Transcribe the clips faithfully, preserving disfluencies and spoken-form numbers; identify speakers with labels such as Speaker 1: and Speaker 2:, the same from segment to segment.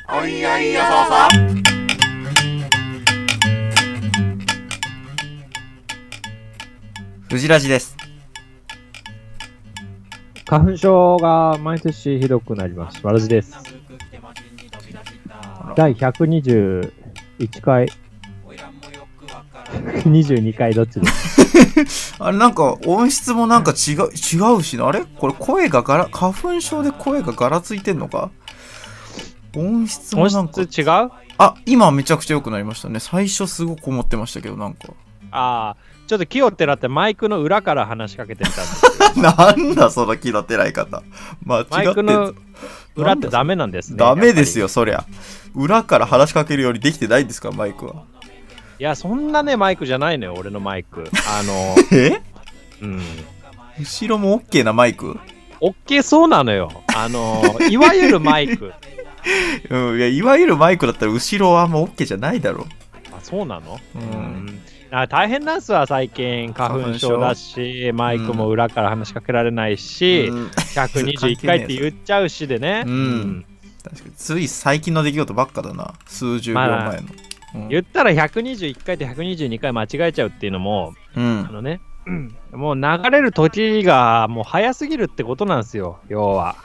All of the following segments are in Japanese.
Speaker 1: おいやいやそうそう。藤ラジです。
Speaker 2: 花粉症が毎年ひどくなります。わらじです。だいひゃくにじゅういっかい、ひゃくにじゅうにかいどっちです
Speaker 1: あれなんか音質もなんか違う違うしな。あれこれ声がガラ花粉症で声がガラついてんのか。音質もなんか
Speaker 2: 音質違う？
Speaker 1: あ、今めちゃくちゃ良くなりましたね。最初すごく思ってましたけどなんか。
Speaker 2: ああ、ちょっと気をてらってマイクの裏から話しかけてみたんですよ。
Speaker 1: なんだその気のてらい方。間違って
Speaker 2: マイクの裏ってダメなんですね。
Speaker 1: ダメですよそりゃ。裏から話しかけるようにできてないんですかマイクは。
Speaker 2: いやそんなねマイクじゃないのよ俺のマイク。あの
Speaker 1: え？
Speaker 2: うん。
Speaker 1: 後ろも OK なマイク？
Speaker 2: OK そうなのよ。あのいわゆるマイク。
Speaker 1: うん、いやいわゆるマイクだったら後ろはあんま OK じゃないだろう。
Speaker 2: あ、そうなの？
Speaker 1: うん。
Speaker 2: うんあ大変なんすわ最近花粉症だしマイクも裏から話しかけられないし、うん、ひゃくにじゅういっかいって言っちゃうしでね、
Speaker 1: うんうん、確かについ最近の出来事ばっかだな。数十秒前の、まあ
Speaker 2: うん、言ったらひゃくにじゅういっかいとひゃくにじゅうにかい間違えちゃうっていうのも、うん、あのね、うん、もう流れる時がもう早すぎるってことなんですよ要は。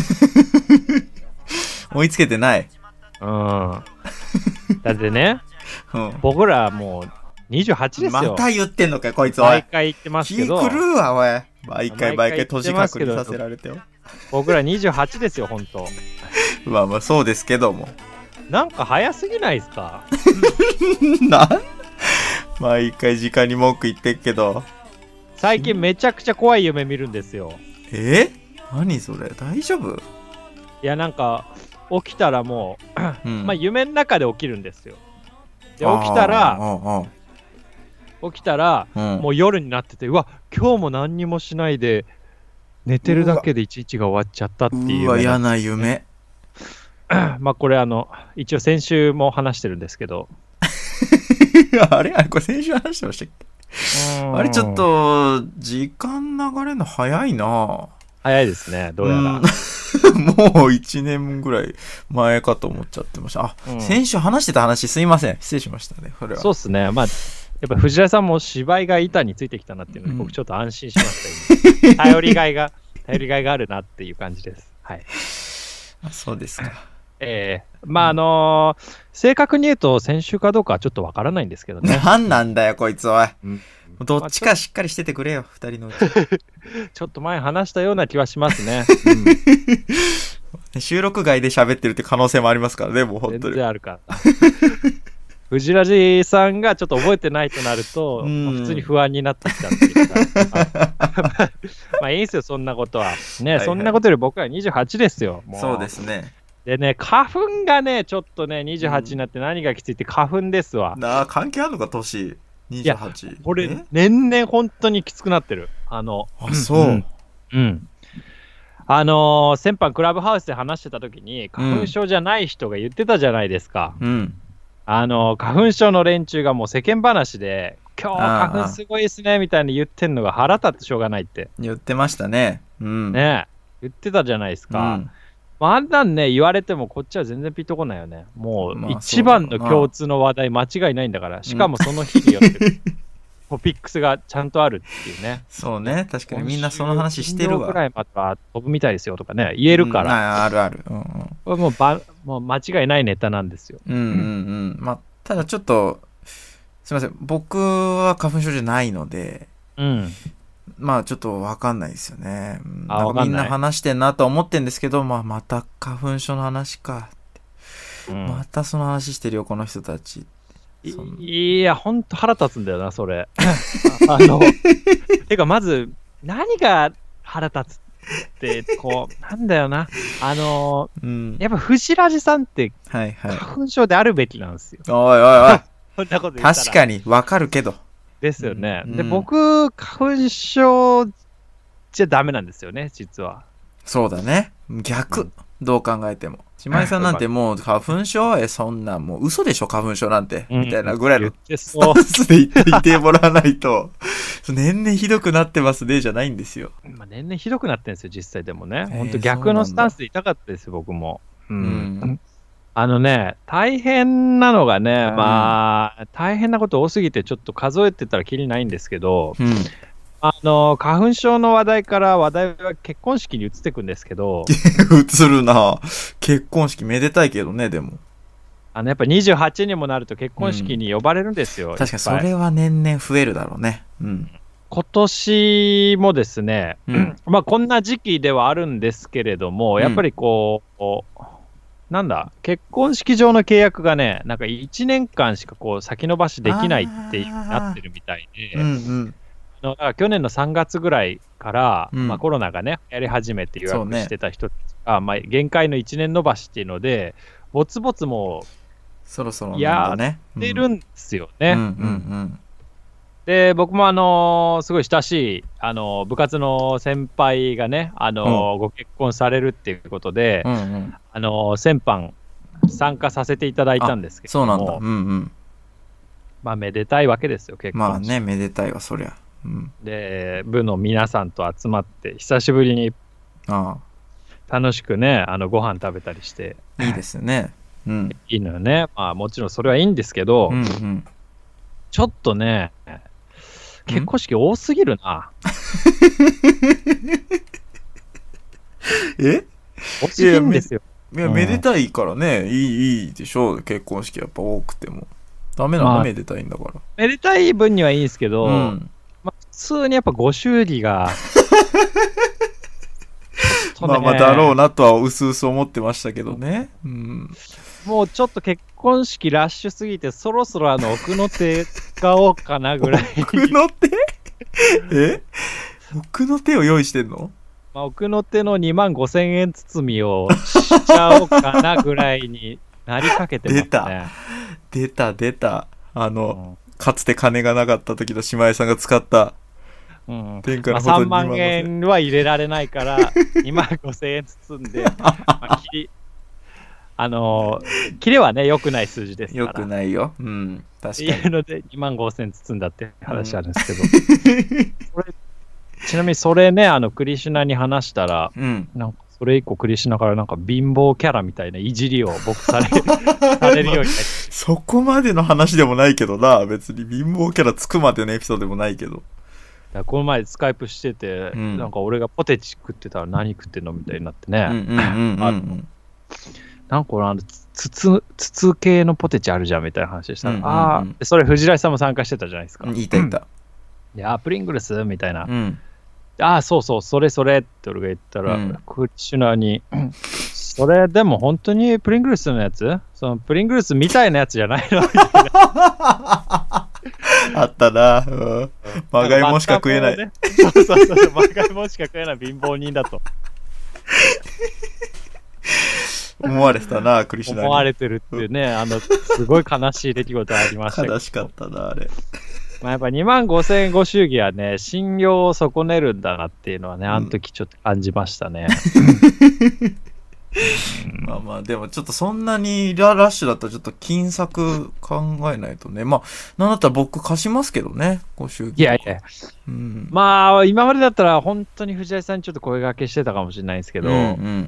Speaker 1: 追いつけてない。
Speaker 2: うんだってね、うん、僕らもうにじゅうはちですよ。
Speaker 1: また言ってんのかこいつ。
Speaker 2: 毎回言ってますけど。
Speaker 1: 気狂うわおい。毎回毎回閉じ確認させられてよ。
Speaker 2: 僕らにじゅうはちですよ本当。
Speaker 1: まあまあそうですけども。
Speaker 2: なんか早すぎないですか？
Speaker 1: なん毎回時間に文句言ってっけど。
Speaker 2: 最近めちゃくちゃ怖い夢見るんですよ。
Speaker 1: え？何それ大丈夫？
Speaker 2: いやなんか起きたらもう、うん、まあ夢の中で起きるんですよ。で起きたら。あああ起きたら、うん、もう夜になっててうわ今日も何にもしないで寝てるだけで一日が終わっちゃったっていう、ね、
Speaker 1: うわ嫌な夢。
Speaker 2: まあこれあの一応先週も話してるんですけど
Speaker 1: あれあれこれ先週話してましたっけ？あれちょっと時間流れの早いな。
Speaker 2: 早いですねどうやら。
Speaker 1: もういちねんぐらい前かと思っちゃってました。あ、うん、先週話してた話すいません失礼しましたね。それは
Speaker 2: そうっすね。まあやっぱ藤原さんも芝居が板についてきたなっていうので、うん、僕ちょっと安心しました。頼りがいが頼りがいがあるなっていう感じです。はい。
Speaker 1: あそうですか。
Speaker 2: ええー、まああのー、正確に言うと先週かどうかはちょっとわからないんですけどね。
Speaker 1: なんなんだよこいつおい。うん、どっちかしっかりしててくれよ二人のうち。
Speaker 2: ちょっと前話したような気はしますね。
Speaker 1: うん、収録外で喋ってるって可能性もありますからねもう本当に。
Speaker 2: 全然あるから。藤ラジさんがちょっと覚えてないとなると、うん、普通に不安になってきたっていうかまあいいんですよそんなことはね、はいはい、そんなことより僕はにじゅうはちですよもう。
Speaker 1: そうですね。
Speaker 2: でね花粉がねちょっとねにじゅうはちになって何がきついって花粉ですわ、
Speaker 1: うん、なあ関係あるのか年にじゅうはち。
Speaker 2: いやこれ年々本当にきつくなってる。あの
Speaker 1: あそう、うん、
Speaker 2: うん、あのー、先般クラブハウスで話してた時に花粉症じゃない人が言ってたじゃないですか、うん、あの花粉症の連中がもう世間話で今日花粉すごいですねみたいに言ってんのが腹立ってしょうがないって
Speaker 1: 言ってましたね、うん、
Speaker 2: ね言ってたじゃないですか、うんまあ、あんなんね言われてもこっちは全然ピンとこないよね。もう一番の共通の話題間違いないんだから、しかもその日によってトピックスがちゃんとあるっていうね。
Speaker 1: そうね確かにみんなその話してるわ。
Speaker 2: ぐらいまた飛ぶみたいですよとかね言えるから、
Speaker 1: うん、あ, あるある、うんうん、
Speaker 2: これもうばもう間違いないネタなんですよ。
Speaker 1: うんうんうんまあただちょっとすいません僕は花粉症じゃないので、うん、まあちょっと分かんないですよね。あなんかみんな話してんなと思ってんですけど、まあ、また花粉症の話かって、うん、またその話してるよこの人たち。
Speaker 2: い, いやほんと腹立つんだよなそれあのてかまず何が腹立つってこうなんだよなあの、うん、やっぱ藤ラジさんって花粉症であるべきなんですよ。
Speaker 1: はいはい、おいおいおい
Speaker 2: そんなこと言ったら
Speaker 1: 確かに分かるけど
Speaker 2: ですよね、うん、で僕花粉症じゃダメなんですよね実は。
Speaker 1: そうだね逆、うん、どう考えても島井さんなんてもう花粉症えそんなもう嘘でしょ花粉症なんて、うん、みたいなぐらいのスタンスで言っていてもらわないと年々ひどくなってますねじゃないんですよ。
Speaker 2: まあ、年々ひどくなってるんですよ実際でもね。本当逆のスタンスでいたかったですよ僕も、うんうん、 あのね、大変なのがね、まあ、大変なこと多すぎて、ちょっと数えてたらきりないんですけど、うん、あの、花粉症の話題から話題は結婚式に移っていくんですけど。
Speaker 1: 移るな。結婚式めでたいけどね、でも。
Speaker 2: あの、やっぱにじゅうはちにもなると結婚式に呼ばれるんですよ。うん、
Speaker 1: 確かにそれは年々増えるだろうね。うん。
Speaker 2: 今年もですね、うん、まあこんな時期ではあるんですけれども、やっぱりこう、うんなんだ、結婚式場の契約がね、なんかいちねんかんしかこう先延ばしできないってなってるみたいで、うんうん、だから去年のさんがつぐらいから、うんまあ、コロナがね、やり始めて予約してた人たちが、ねまあ、限界のいちねん延ばしっていうので、ぼつぼつも
Speaker 1: そろそろ
Speaker 2: やってるんですよね。で、僕もあのー、すごい親しい、あのー、部活の先輩がね、あのーうん、ご結婚されるっていうことで、うんうん、あのー、先般参加させていただいたんですけども、
Speaker 1: そうなんだ。うんうん。
Speaker 2: まあ、めでたいわけですよ、結婚。
Speaker 1: まあね、めでたいわ、そりゃ。うん、
Speaker 2: で、部の皆さんと集まって、久しぶりに楽しくね、あのご飯食べたりして。
Speaker 1: いいですね。うん、
Speaker 2: いいのよね。まあ、もちろんそれはいいんですけど、うんうん、ちょっとね、結婚式多すぎるな。
Speaker 1: え
Speaker 2: 多すぎるんですよ。
Speaker 1: いや、めでたいからね、いい、いいでしょう。結婚式やっぱ多くても。ダメなの、まあ、めでたいんだから。
Speaker 2: めでたい分にはいいんですけど、うんまあ、普通にやっぱご祝儀が。
Speaker 1: ね、まあまあだろうなとはうすうす思ってましたけどね。うん、
Speaker 2: もうちょっと結婚式ラッシュすぎて、そろそろあの奥の手買おうかなぐらい。
Speaker 1: 奥の手え奥の手を用意してんの？
Speaker 2: まあ、奥の手のにまんごせんえん包みをしちゃおうかなぐらいになりかけてますね。
Speaker 1: 出た出た出たあの、うん、かつて金がなかった時の姉妹さんが使った
Speaker 2: うん、天下のまあ、さんまんえんは入れられないからにまんごせんえん包んで、まあ、切りあのー、切れはね良くない数字ですから
Speaker 1: 良くないよ、うん、確かに
Speaker 2: いうのでにまんごせん包んだって話あるんですけど、うん、これちなみにそれねあのクリシュナに話したら、うん、なんかそれ以降クリシュナからなんか貧乏キャラみたいないじりを僕されされるようになって
Speaker 1: そこまでの話でもないけどな別に貧乏キャラつくまでのエピソードでもないけど
Speaker 2: この前スカイプしてて、うん、なんか俺がポテチ食ってたら何食ってんのみたいになってね。なんかあの筒筒系のポテチあるじゃんみたいな話でした。うんうんうん、ああ、それ藤井さんも参加してたじゃないですか。
Speaker 1: 言いたいた。
Speaker 2: いやプリングルスみたいな。うん、ああそうそうそれそれって俺が言ったら、うん、クリシュナにそれでも本当にプリングルスのやつ？そのプリングルスみたいなやつじゃないのみたいな。
Speaker 1: あったな、うん、まがいもしか食えない、ね、
Speaker 2: そうそうそうまがいもしか食えない貧乏人だと
Speaker 1: 思われてたなクリシュナに
Speaker 2: 思われてるっていうねあのすごい悲しい出来事ありましたけど
Speaker 1: 悲しかったなあれ、
Speaker 2: まあ、やっぱにまんごせんえんご祝儀はね信用を損ねるんだなっていうのはねあの時ちょっと感じましたね、うん
Speaker 1: まあまあでもちょっとそんなにララッシュだったらちょっと金策考えないとねまあなんだったら僕貸しますけどねご祝儀
Speaker 2: いやいや、うん、まあ今までだったら本当に藤井さんにちょっと声掛けしてたかもしれないですけど、うんうん、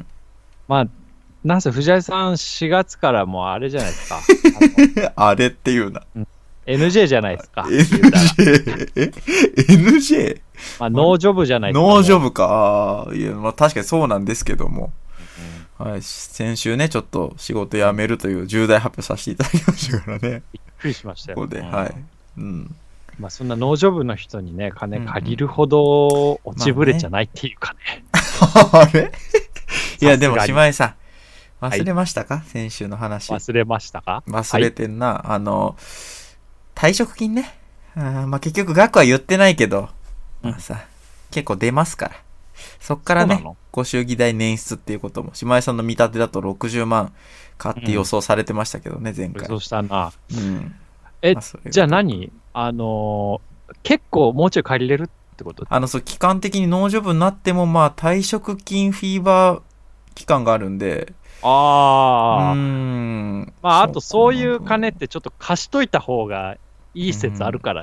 Speaker 2: まあなんせ藤井さんしがつからもうあれじゃないですか
Speaker 1: あ, あれっていうな、うん、
Speaker 2: エヌジェー じゃないですか
Speaker 1: エヌジェー え エヌジェー
Speaker 2: まあノージョブじゃないです
Speaker 1: かノージョブかいやまあ確かにそうなんですけどもはい、先週ねちょっと仕事辞めるという重大発表させていただきましたからね
Speaker 2: びっくりしましたよ
Speaker 1: ここで、はい、うん、
Speaker 2: まあそんなノージョブの人にね金借りるほど落ちぶれじゃないっていうかね、
Speaker 1: まあね、あれいやでも姉妹さん忘れましたか、はい、先週の話
Speaker 2: 忘れましたか
Speaker 1: 忘れてんな、はい、あの退職金ねあまあ結局額は言ってないけど、まあさ、うん、結構出ますからそっからねご祝儀代捻出っていうことも姉妹さんの見立てだとろくじゅうまんかって予想されてましたけどね、うん、前回
Speaker 2: 予想したな、うん、え、まあ、じゃあ何あのー、結構もうちょい借りれるってこと
Speaker 1: あのそう期間的にノージョブになってもまあ退職金フィーバー期間があるんで
Speaker 2: ああうんまああとそういう金ってちょっと貸しといた方がいい説あるからね、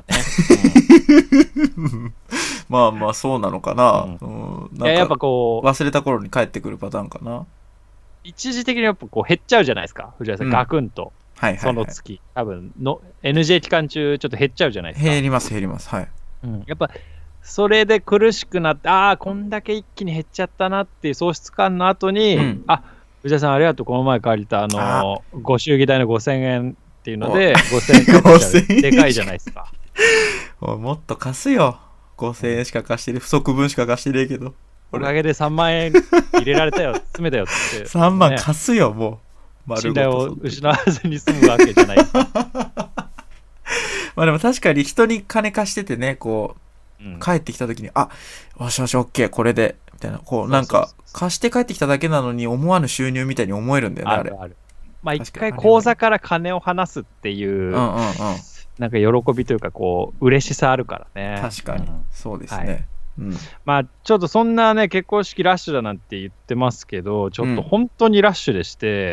Speaker 1: うんまあまあそうなのかな、うん
Speaker 2: うん、なんかやっぱこう
Speaker 1: 忘れた頃に帰ってくるパターンかな。
Speaker 2: 一時的にやっぱこう減っちゃうじゃないですか、藤原さん、うん、ガクンと、はいはいはい、その月、多分の エヌジェー 期間中、ちょっと減っちゃうじゃないですか。
Speaker 1: 減ります、減ります、はい。
Speaker 2: うん、やっぱそれで苦しくなって、ああ、こんだけ一気に減っちゃったなっていう喪失感の後に、うん、あ藤原さん、ありがとう、この前借りたあのー、ご祝儀代のごせんえんっていうので、ごせんえん返ってきたらでかいじゃないですか。
Speaker 1: もっと貸すよ。ごせんえんしか貸してる、不足分しか貸してねえけど。
Speaker 2: おかげでさんまんえん入れられたよ、詰めたよって、ね。
Speaker 1: さんまん貸すよ、もう。
Speaker 2: 丸ごと信頼を失わずに済むわけじゃない。
Speaker 1: まあでも確かに人に金貸しててね、こう、うん、帰ってきた時に、あ、よしよし、オッケー、これで、みたいな、こう、なんか、貸して帰ってきただけなのに思わぬ収入みたいに思えるんだよね、あれ。あるある。
Speaker 2: まあ一回口座から金を離すっていう、うんうんうん、なんか喜びというか、こう、嬉しさあるからね。
Speaker 1: 確かに、うん、そうですね。はい、
Speaker 2: うん、まあちょっとそんなね結婚式ラッシュだなんて言ってますけど、ちょっと本当にラッシュでして、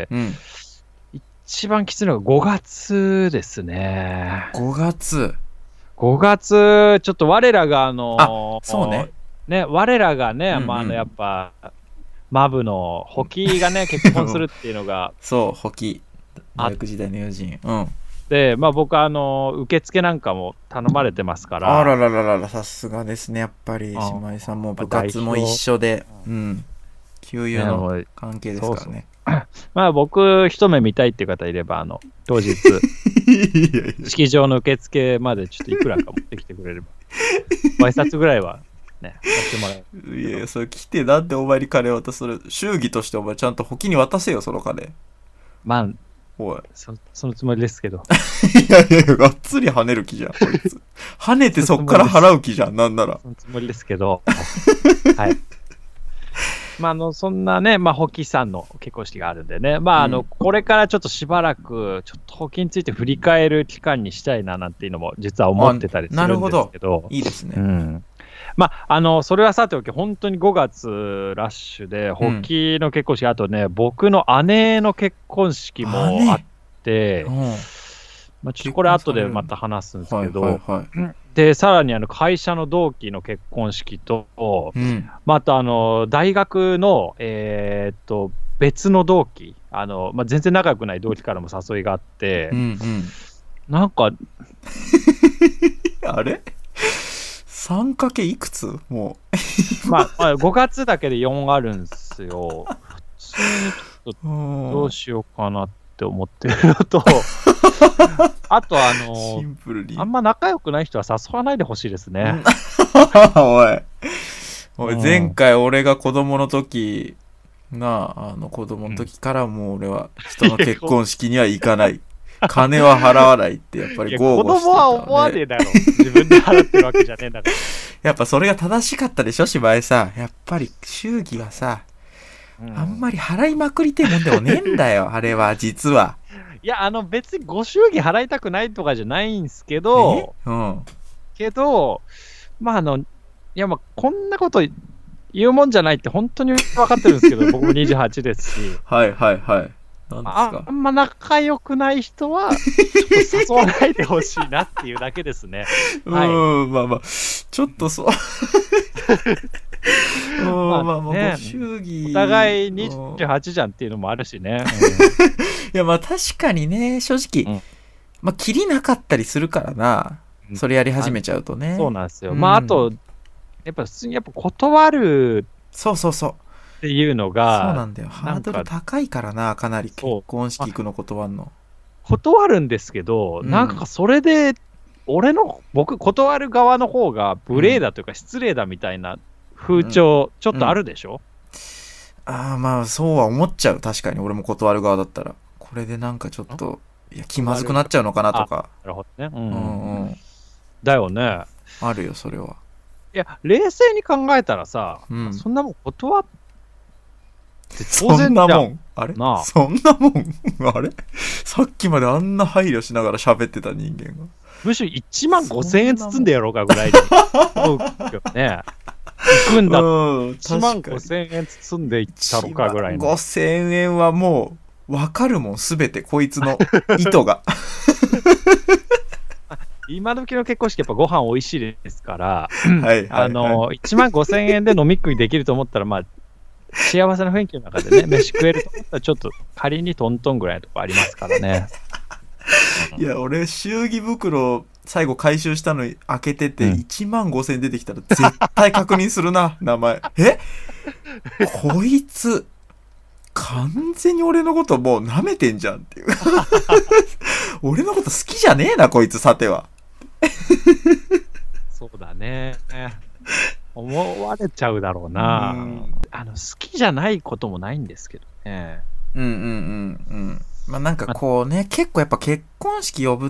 Speaker 2: うん、一番きついのがごがつですね。
Speaker 1: ごがつ
Speaker 2: ごがつちょっと我らがあの
Speaker 1: ー、あそうね
Speaker 2: ね我らがね、うんうん、まああのやっぱマブのホキがね結婚するっていうのが
Speaker 1: そうホキ大学時代の友人うん
Speaker 2: で、まあ僕はあの受付なんかも頼まれてますから。
Speaker 1: あららららら、さすがですね、やっぱり島井さんも部活も一緒で、うん、旧友の関係ですからね。そうそう
Speaker 2: まあ僕一目見たいっていう方いればあの当日式場の受付までちょっといくらか持ってきてくれれば、ご挨拶ぐらいはねさせてもらえ
Speaker 1: る。いやそれ来てなんでお前に金渡する？祝儀としてお前ちゃんとホキに渡せよその金。
Speaker 2: まあ。おい そ, そのつもりですけど
Speaker 1: いやいやがっつり跳ねる気じゃんこいつ跳ねてそっから払う気じゃんなんなら
Speaker 2: そのつもりですけどはいまああのそんなねまあホキさんの結婚式があるんでねまああの、うん、これからちょっとしばらくちょっとホキについて振り返る期間にしたいななんていうのも実は思ってたりするんですけど、なるほど
Speaker 1: いいですね、
Speaker 2: うんまあ、あのそれはさておき本当にごがつラッシュでホッキーの結婚式、うん、あとね僕の姉の結婚式もあって、うんまあ、ちょっとこれ後でまた話すんですけど、はいはいはい、でさらにあの会社の同期の結婚式と、うんまあ、あとあの大学の、えー、っと別の同期あの、まあ、全然仲良くない同期からも誘いがあって、うんうん、なんか
Speaker 1: あれさんかけいくつも
Speaker 2: うまあごがつだけでよんあるんですよ。普通にちょっとどうしようかなって思ってるのとあとあのシンプルにあんま仲良くない人は誘わないでほしいですね。
Speaker 1: おいおい前回俺が子供の時なああの子供の時からもう俺は人の結婚式には行かない金は払わないってやっぱり豪語してた、ね、
Speaker 2: 子供は思わねえだろ自分で払ってるわけじゃねえんだから
Speaker 1: やっぱそれが正しかったでしょ芝居さんやっぱり祝儀はさ、うん、あんまり払いまくりてえもんでもねえんだよあれは実はい
Speaker 2: やあの別にご祝儀払いたくないとかじゃないんすけど、うん、けどまああのいやまあこんなこと言うもんじゃないって本当に分かってるんですけど僕もにじゅうはちですし
Speaker 1: はいはいはい
Speaker 2: あ, あんま仲良くない人はちょっと誘わないでほしいなっていうだけですね。
Speaker 1: はい、うんまあまあちょっとそううんまあまあまあ、ね、ご祝儀
Speaker 2: お互いにじゅうはちじゃんっていうのもあるしね、うん、い
Speaker 1: やまあ確かにね正直、うん、まあキリなかったりするからな、うん、それやり始めちゃうとね
Speaker 2: そうなんですよ、うん、まああとやっぱ普通にやっぱ断る
Speaker 1: そうそうそう
Speaker 2: っていうのが
Speaker 1: そうなんだよハードル高いからなかなり結婚式行くの断るの
Speaker 2: 断るんですけど、うん、なんかそれで俺の僕断る側の方が無礼だというか失礼だみたいな風潮ちょっとあるでしょ、
Speaker 1: うんうん、ああまあそうは思っちゃう確かに俺も断る側だったらこれでなんかちょっといや気まずくなっちゃうのかなとか
Speaker 2: なるほどね、うんうんうん、だよね
Speaker 1: あるよそれはい
Speaker 2: や冷静に考えたらさ、うん、そんなもん断って当然
Speaker 1: そんなもんあれなあそんなもんあれさっきまであんな配慮しながら喋ってた人間が
Speaker 2: むしろいちまんごせんえん包んでやろうかぐらいに思うけどね行くんだといちまんごせんえん包んでいったろかぐらいのいちまん
Speaker 1: ごせんえんはもう分かるもんすべてこいつの意図が
Speaker 2: 今時の結婚式やっぱご飯美味しいですから、はいはいはい、あのいちまんごせんえんで飲み食いできると思ったらまあ幸せな雰囲気の中でね、飯食えると思ったらちょっと仮にトントンぐらいのとこありますからね。
Speaker 1: いや、俺、祝儀袋、最後回収したのに開けてて、いちまんごせん出てきたら絶対確認するな、名前。えこいつ、完全に俺のこともう舐めてんじゃんっていう。俺のこと好きじゃねえな、こいつ、さては。
Speaker 2: そうだね。思われちゃうだろうな。うん、あの好きじゃないこともないんですけどね。
Speaker 1: うんうんうんうん。まあなんかこうね、結構やっぱ結婚式呼ぶって、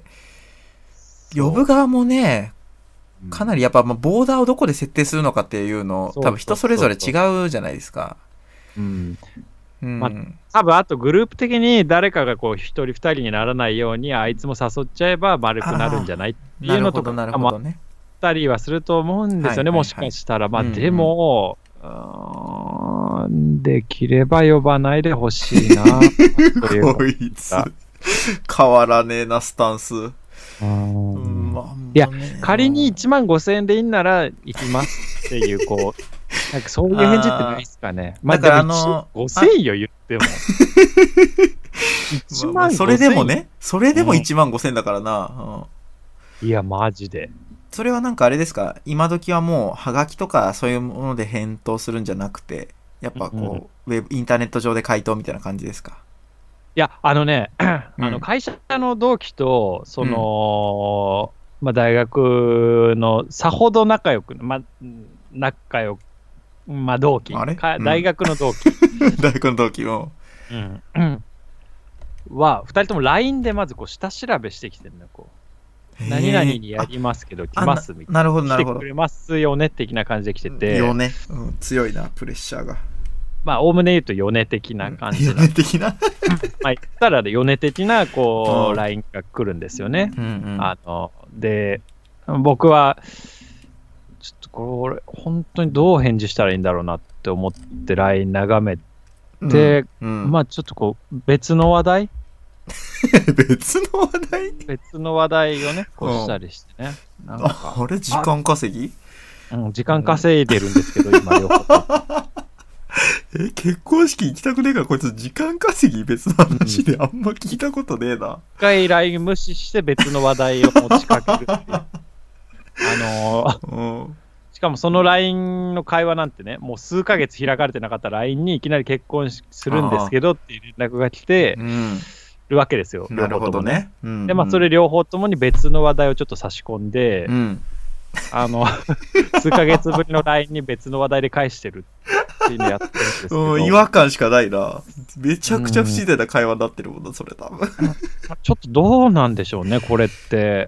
Speaker 1: 呼ぶ側もね、かなりやっぱまあボーダーをどこで設定するのかっていうの、多分人それぞれ違うじゃないですか。
Speaker 2: うん。うんまあ、多分あとグループ的に誰かがこう一人二人にならないようにあいつも誘っちゃえば丸くなるんじゃないっていうのとかもあったりはすると思うんですよね、もしかしたら。まあでも、うんうん、できれば呼ばないでほしいな。
Speaker 1: こいつ変わらねえなスタンス。
Speaker 2: うんうんまあ、いや仮にいちまんごせんえんでいいんなら行きますっていうこうなんかそういう返事ってないですかね。まあ、だからあのごせんえんよ言っても。
Speaker 1: いちまんごせんえん、それでもね、それでもいちまんごせんえんだからな、
Speaker 2: うん。いや、マジで。
Speaker 1: それはなんかあれですか、今時はもう、はがきとかそういうもので返答するんじゃなくて、やっぱこう、うん、ウェブ、インターネット上で回答みたいな感じですか？
Speaker 2: いや、あのね、あの会社の同期と、その、うん、まあ、大学のさほど仲良く、まあ、仲良く、まあ同期、あれ大学の同期、
Speaker 1: うん、大学の同期を、
Speaker 2: うんうん、はふたりとも ライン でまずこう下調べしてきてるのよ。こう何々にやりますけど来ますみたいな。
Speaker 1: なるほどなるほど。
Speaker 2: 来てくれますよね的な感じで来てて。
Speaker 1: よね、うん、強いなプレッシャーが。
Speaker 2: まあおおむね言うとよね的な感じな、
Speaker 1: うん、よね的な
Speaker 2: まあ言ったらよね的なこう、うん、ライン が来るんですよね。うんうん、あので僕はちょっとこれ本当にどう返事したらいいんだろうなって思って ライン 眺めて、うんうん、まあちょっとこう別の話題
Speaker 1: 別の話題
Speaker 2: 別の話題をねこうしたりしてね、
Speaker 1: うん、なんかあれ時間稼ぎ
Speaker 2: うん、時間稼いでるんですけど、うん、今両方
Speaker 1: え結婚式行きたくねえからこいつ時間稼ぎ別の話であんま聞いたことねえな、うん、一
Speaker 2: 回 ライン 無視して別の話題を持ちかけるっていうあのー、しかもその ライン の会話なんてね、もう数ヶ月開かれてなかった ライン にいきなり結婚するんですけどっていう連絡が来てるわけですよ。
Speaker 1: なるほどね。
Speaker 2: うん、で、まあそれ両方ともに別の話題をちょっと差し込んで、うん、あの、数ヶ月ぶりの ライン に別の話題で返してるっていうのやってるんですけど。
Speaker 1: 違和感しかないな。めちゃくちゃ不自然な会話になってるもんな、それ多分。
Speaker 2: ちょっとどうなんでしょうね、これって。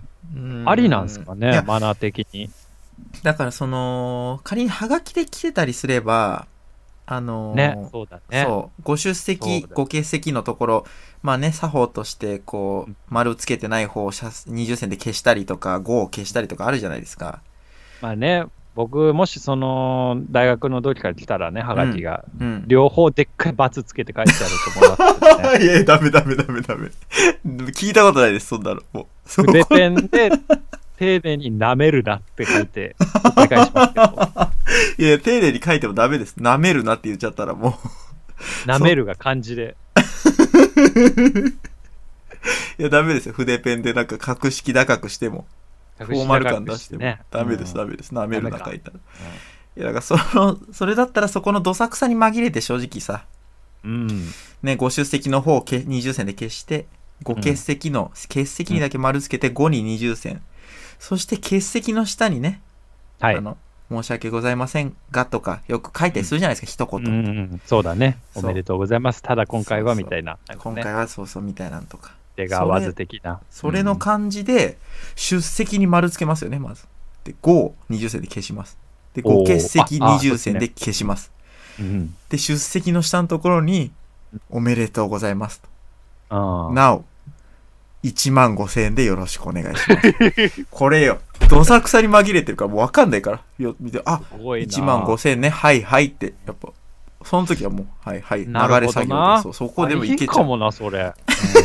Speaker 2: ありなんですかね、マナー的に。
Speaker 1: だからその仮にハガキで来てたりすればあのー、
Speaker 2: ね、そうだね。
Speaker 1: そうご出席ご欠席のところまあね作法としてこう丸つけてない方を二重線で消したりとかごを消したりとかあるじゃないですか。
Speaker 2: まあね、僕もしその大学の同期から来たらねハガキが、うんうん、両方でっかいバツつけて書いてあると思います、ね、
Speaker 1: いやダメダメダメダメ聞いたことないですそんなの。もう
Speaker 2: 筆ペンで丁寧に舐めるなって書いてお願いしますけど
Speaker 1: いや丁寧に書いてもダメです。舐めるなって言っちゃったらも
Speaker 2: う舐めるが漢字で
Speaker 1: いやダメですよ。筆ペンでなんか格式高くしてもフォーマル感出しても、ね、ダメですダメです。舐めるな書いたら、うん、いやだからそのそれだったらそこのどさくさに紛れて正直さ、うんね、ご出席の方を二重線で消してご欠席の、うん、欠席にだけ丸つけてごに二重線、そして欠席の下にね、はい、あの申し訳ございませんがとかよく書いたりするじゃないですか、うん、一言、うんうん、
Speaker 2: そうだね。おめでとうございます。ただ今回はみたいな、
Speaker 1: そうそう、ね、今回はそうそうみたいなのとか
Speaker 2: 手が合わず的な
Speaker 1: そ, それの感じで出席に丸つけますよね。まずでごを二重線で消します。でご欠席二重線で消します。で、ねうん、で出席の下のところにおめでとうございますと、あなおいちまんごせんえんでよろしくお願いしますこれよどさくさに紛れてるからもう分かんないからよ見て、あいちまんごせんえんねはいはいってやっぱその時はもうはいはい流れ作業で そ, そこでもいけちゃう。いい
Speaker 2: かもなそれ、うん、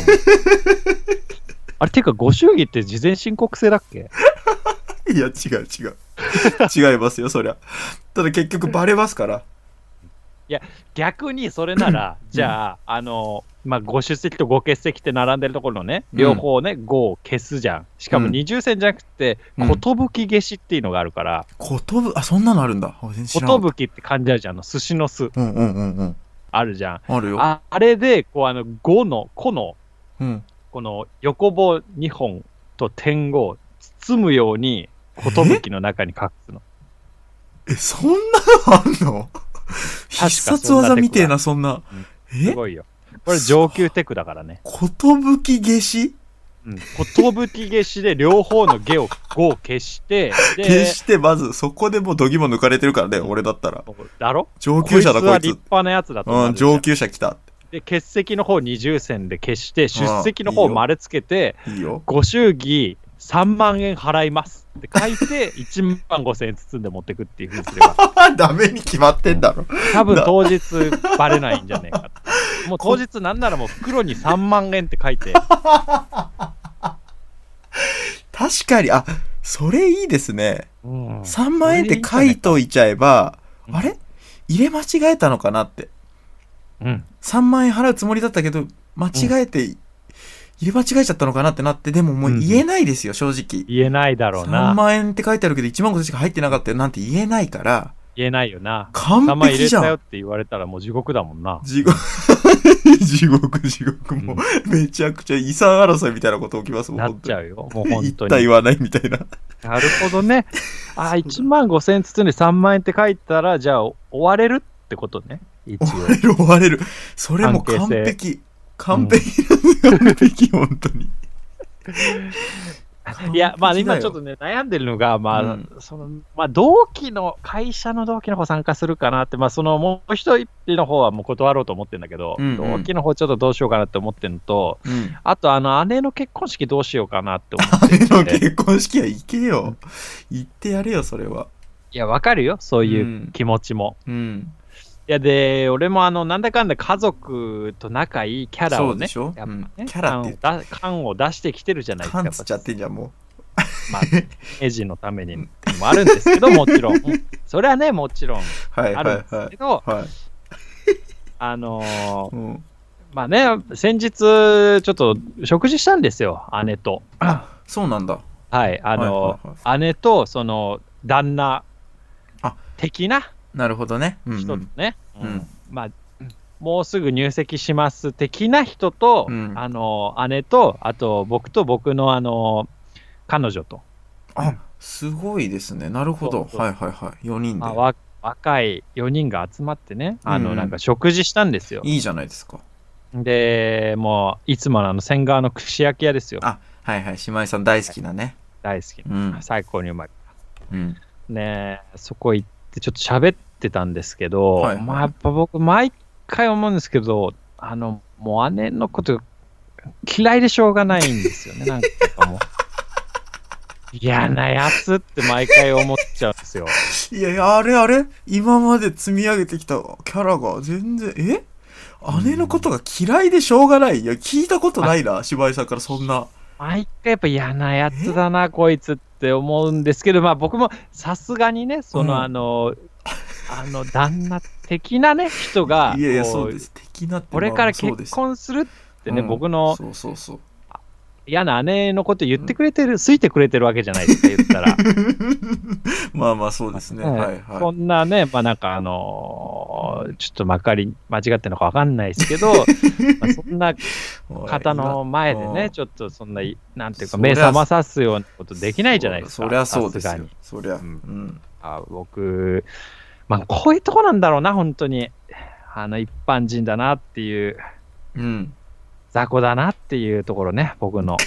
Speaker 2: あれていうかご祝儀って事前申告制だっけ
Speaker 1: いや違う違う違いますよそりゃ。ただ結局バレますから
Speaker 2: いや、逆にそれなら、じゃあ、あの、まあ、ご出席とご欠席って並んでるところのね、両方ね、ごを消すじゃん。しかも二重線じゃなくて、寿消しっていうのがあるから。
Speaker 1: 寿、あ、そんなのあるんだ。
Speaker 2: 寿って漢字あるじゃん、あの、寿司の寿。
Speaker 1: うんうんうんうん。
Speaker 2: あるじゃん。
Speaker 1: あるよ。
Speaker 2: ああれで、こう、あの、ごの、この、
Speaker 1: うん、
Speaker 2: この横棒にほんと点を包むように、寿の中に隠すの。
Speaker 1: え、そんなのあんの？必殺技みてえな、そんな。
Speaker 2: え？すごいよ。これ上級テクだからね。
Speaker 1: 寿消し？
Speaker 2: うん。寿消しで両方の下をごを消して、
Speaker 1: 消して、まず、そこでもう度肝抜かれてるからね、俺だったら。
Speaker 2: だろ？
Speaker 1: 上級者だ、こいつ。
Speaker 2: こいつは立派なやつだと思う。
Speaker 1: うん、上級者来た。
Speaker 2: で、欠席の方二重線で消して、出席の方丸つけて、
Speaker 1: いいよ。
Speaker 2: ご祝儀さんまんえん払いますって書いて、いちまんごせんえん包んで持ってくっていうふうにすれば。
Speaker 1: ダメに決まってんだろ。
Speaker 2: 多分当日バレないんじゃねえかって。もう当日なんならもう袋にさんまんえんって書いて。
Speaker 1: 確かに、あ、それいいですね。うん、さんまんえんって書いといちゃえば、いいあれ入れ間違えたのかなって。うん。さんまんえん払うつもりだったけど、間違えて、うん、入れ間違えちゃったのかなってなって、でももう言えないですよ、うん、正直。
Speaker 2: 言えないだろうな。
Speaker 1: さんまんえんって書いてあるけど、いちまんごせんしか入ってなかったよなんて言えないから。
Speaker 2: 言えないよな。
Speaker 1: 完璧じゃん。さんまん入れた
Speaker 2: よって言われたらもう地獄だもんな。
Speaker 1: 地獄。地獄、地獄。もう、うん、めちゃくちゃ遺産争いみたいなこと起きますもん。
Speaker 2: なっちゃうよ。もう本当に。
Speaker 1: 言った言わないみたいな。
Speaker 2: なるほどね。あ、いちまんごせんえん包んでさんまんえんって書いたら、じゃあ終われるってことね。一応。
Speaker 1: 終われる、終われる。それも完璧。完璧、うん、完璧、本当に。
Speaker 2: いや、まあ今ちょっとね、悩んでるのが、まあ、うん、その、まあ同期の、会社の同期の方参加するかなって、まあそのもう一人の方はもう断ろうと思ってるんだけど、うんうん、同期の方ちょっとどうしようかなって思ってるのと、うん、あとあの姉の結婚式どうしようかなって思って
Speaker 1: て。姉の結婚式は行けよ。行ってやれよ、それは。
Speaker 2: いや、わかるよ、そういう気持ちも。うん、うんいやで、俺もあの、なんだかんだ家族と仲いいキャラをね、
Speaker 1: そうでしょ、
Speaker 2: やっぱね、
Speaker 1: うん、キャラって
Speaker 2: 感を、感を出してきてるじゃないですか。
Speaker 1: 感つっちゃってんじゃん、もう。
Speaker 2: まあ、エジのためにっていうのもあるんですけど、もちろん。それはね、もちろんあるんですけど、
Speaker 1: はいはいはいはい、
Speaker 2: あのーうん、まあね、先日、ちょっと食事したんですよ、姉と。
Speaker 1: あ、そうなんだ。
Speaker 2: はい、あのーはいはいはい、姉と、その、旦那的な、
Speaker 1: なるほどね。
Speaker 2: 人とね、うんうんうん、まあ、もうすぐ入籍します的な人と、うん、あの姉と、あと僕と僕のあの彼女と。
Speaker 1: あ、すごいですね。なるほど。そうそうはいはいはい。よにんで。
Speaker 2: まあ、若いよにんが集まってね、あの、なんか食事したんですよ。
Speaker 1: いいじゃないですか。
Speaker 2: で、もういつものあの仙川の串焼き屋ですよ。
Speaker 1: あ、はいはい。姉妹さん大好きなね。
Speaker 2: 大好きな、うん、最高にうまい。
Speaker 1: うん、
Speaker 2: ねそこ行ってちょっと喋ってたんですけど、はいはい、まあやっぱ僕毎回思うんですけど、あのもう姉のこと嫌いでしょうがないんですよね。なんかもう嫌なやつって毎回思っちゃうんですよ。
Speaker 1: いやいや、あれあれ今まで積み上げてきたキャラが全然、え姉のことが嫌いでしょうがない。いや、聞いたことないな、柴井さんからそんな。
Speaker 2: 毎回やっぱ嫌なやつだな、こいつって思うんですけど、まあ僕もさすがにね、その、うん、あの、あの、旦那的なね、人が、
Speaker 1: いやいや、そうです。的なって、
Speaker 2: これから結婚するってね、うん、僕の、
Speaker 1: そうそうそう。
Speaker 2: 嫌な姉のこと言ってくれてる、好いてくれてるわけじゃないですか、言ったら。
Speaker 1: まあまあそうですね。はいはい。
Speaker 2: こんなね、まあなんかあのー、ちょっとまかり間違ってるのかわかんないですけど、まあそんな方の前でね、ちょっとそんな、なんていうか、目覚まさすようなことできないじゃないですか。
Speaker 1: そりゃそうですよ。そりゃ。うん。
Speaker 2: あ、僕、まあこういうとこなんだろうな、本当に。あの、一般人だなっていう。
Speaker 1: うん。
Speaker 2: 雑魚だなっていうところね、僕の。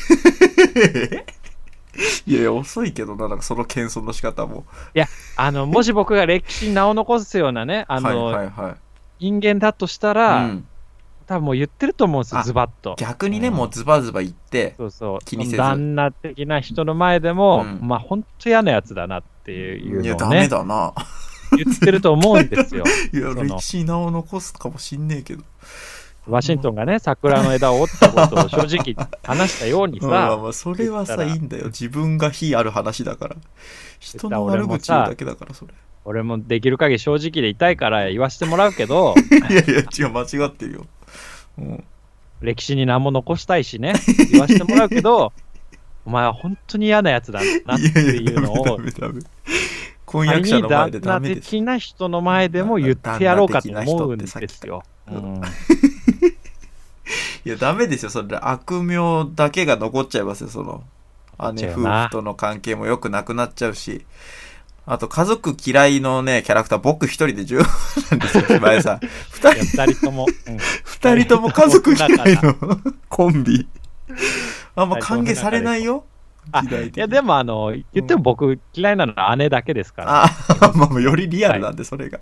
Speaker 1: いやいや、遅いけどな、なんかその謙遜の仕方も。
Speaker 2: いや、あの、もし僕が歴史に名を残すようなね、あの、はいはいはい、人間だとしたら、うん、多分もう言ってると思うんですよ、ズバッと。
Speaker 1: 逆にね、うん、もうズバズバ言って、
Speaker 2: そうそう、
Speaker 1: 気にせず。
Speaker 2: 旦那的な人の前でも、うん、まあ、ほんと嫌なやつだなっていうのをね。いや、
Speaker 1: ダメだな。
Speaker 2: 言ってると思うんですよ。
Speaker 1: いや、歴史に名を残すかもしんねえけど。
Speaker 2: ワシントンがね、桜の枝を折ったことを正直話したようにさ。
Speaker 1: まあまあ、それはさ、いいんだよ。自分が非ある話だから。人の悪口言うだけだから、それ。
Speaker 2: 俺もできる限り正直でいたいから言わせてもらうけど
Speaker 1: いやいや違う、間違ってるよ、うん、
Speaker 2: 歴史に何も残したいしね、言わせてもらうけどお前は本当に嫌なやつだなっていうのを、いやいやダメダメダメ、
Speaker 1: 婚約者の前でダメです。
Speaker 2: 旦那的な人の前でも言ってやろうかと思うんですよ。うん、
Speaker 1: いやダメですよ、それ悪名だけが残っちゃいますよ。その姉夫婦との関係も良くなくなっちゃうし、あと家族嫌いのねキャラクター僕一人で十分なんですよ。前さん二人
Speaker 2: 二人とも、
Speaker 1: うん、二人とも家族嫌いのコンビあんま歓迎されないよ。
Speaker 2: あ、いやでもあの言っても僕嫌いなのは姉だけですから、ね、
Speaker 1: あまあよりリアルなんで、はい、それが、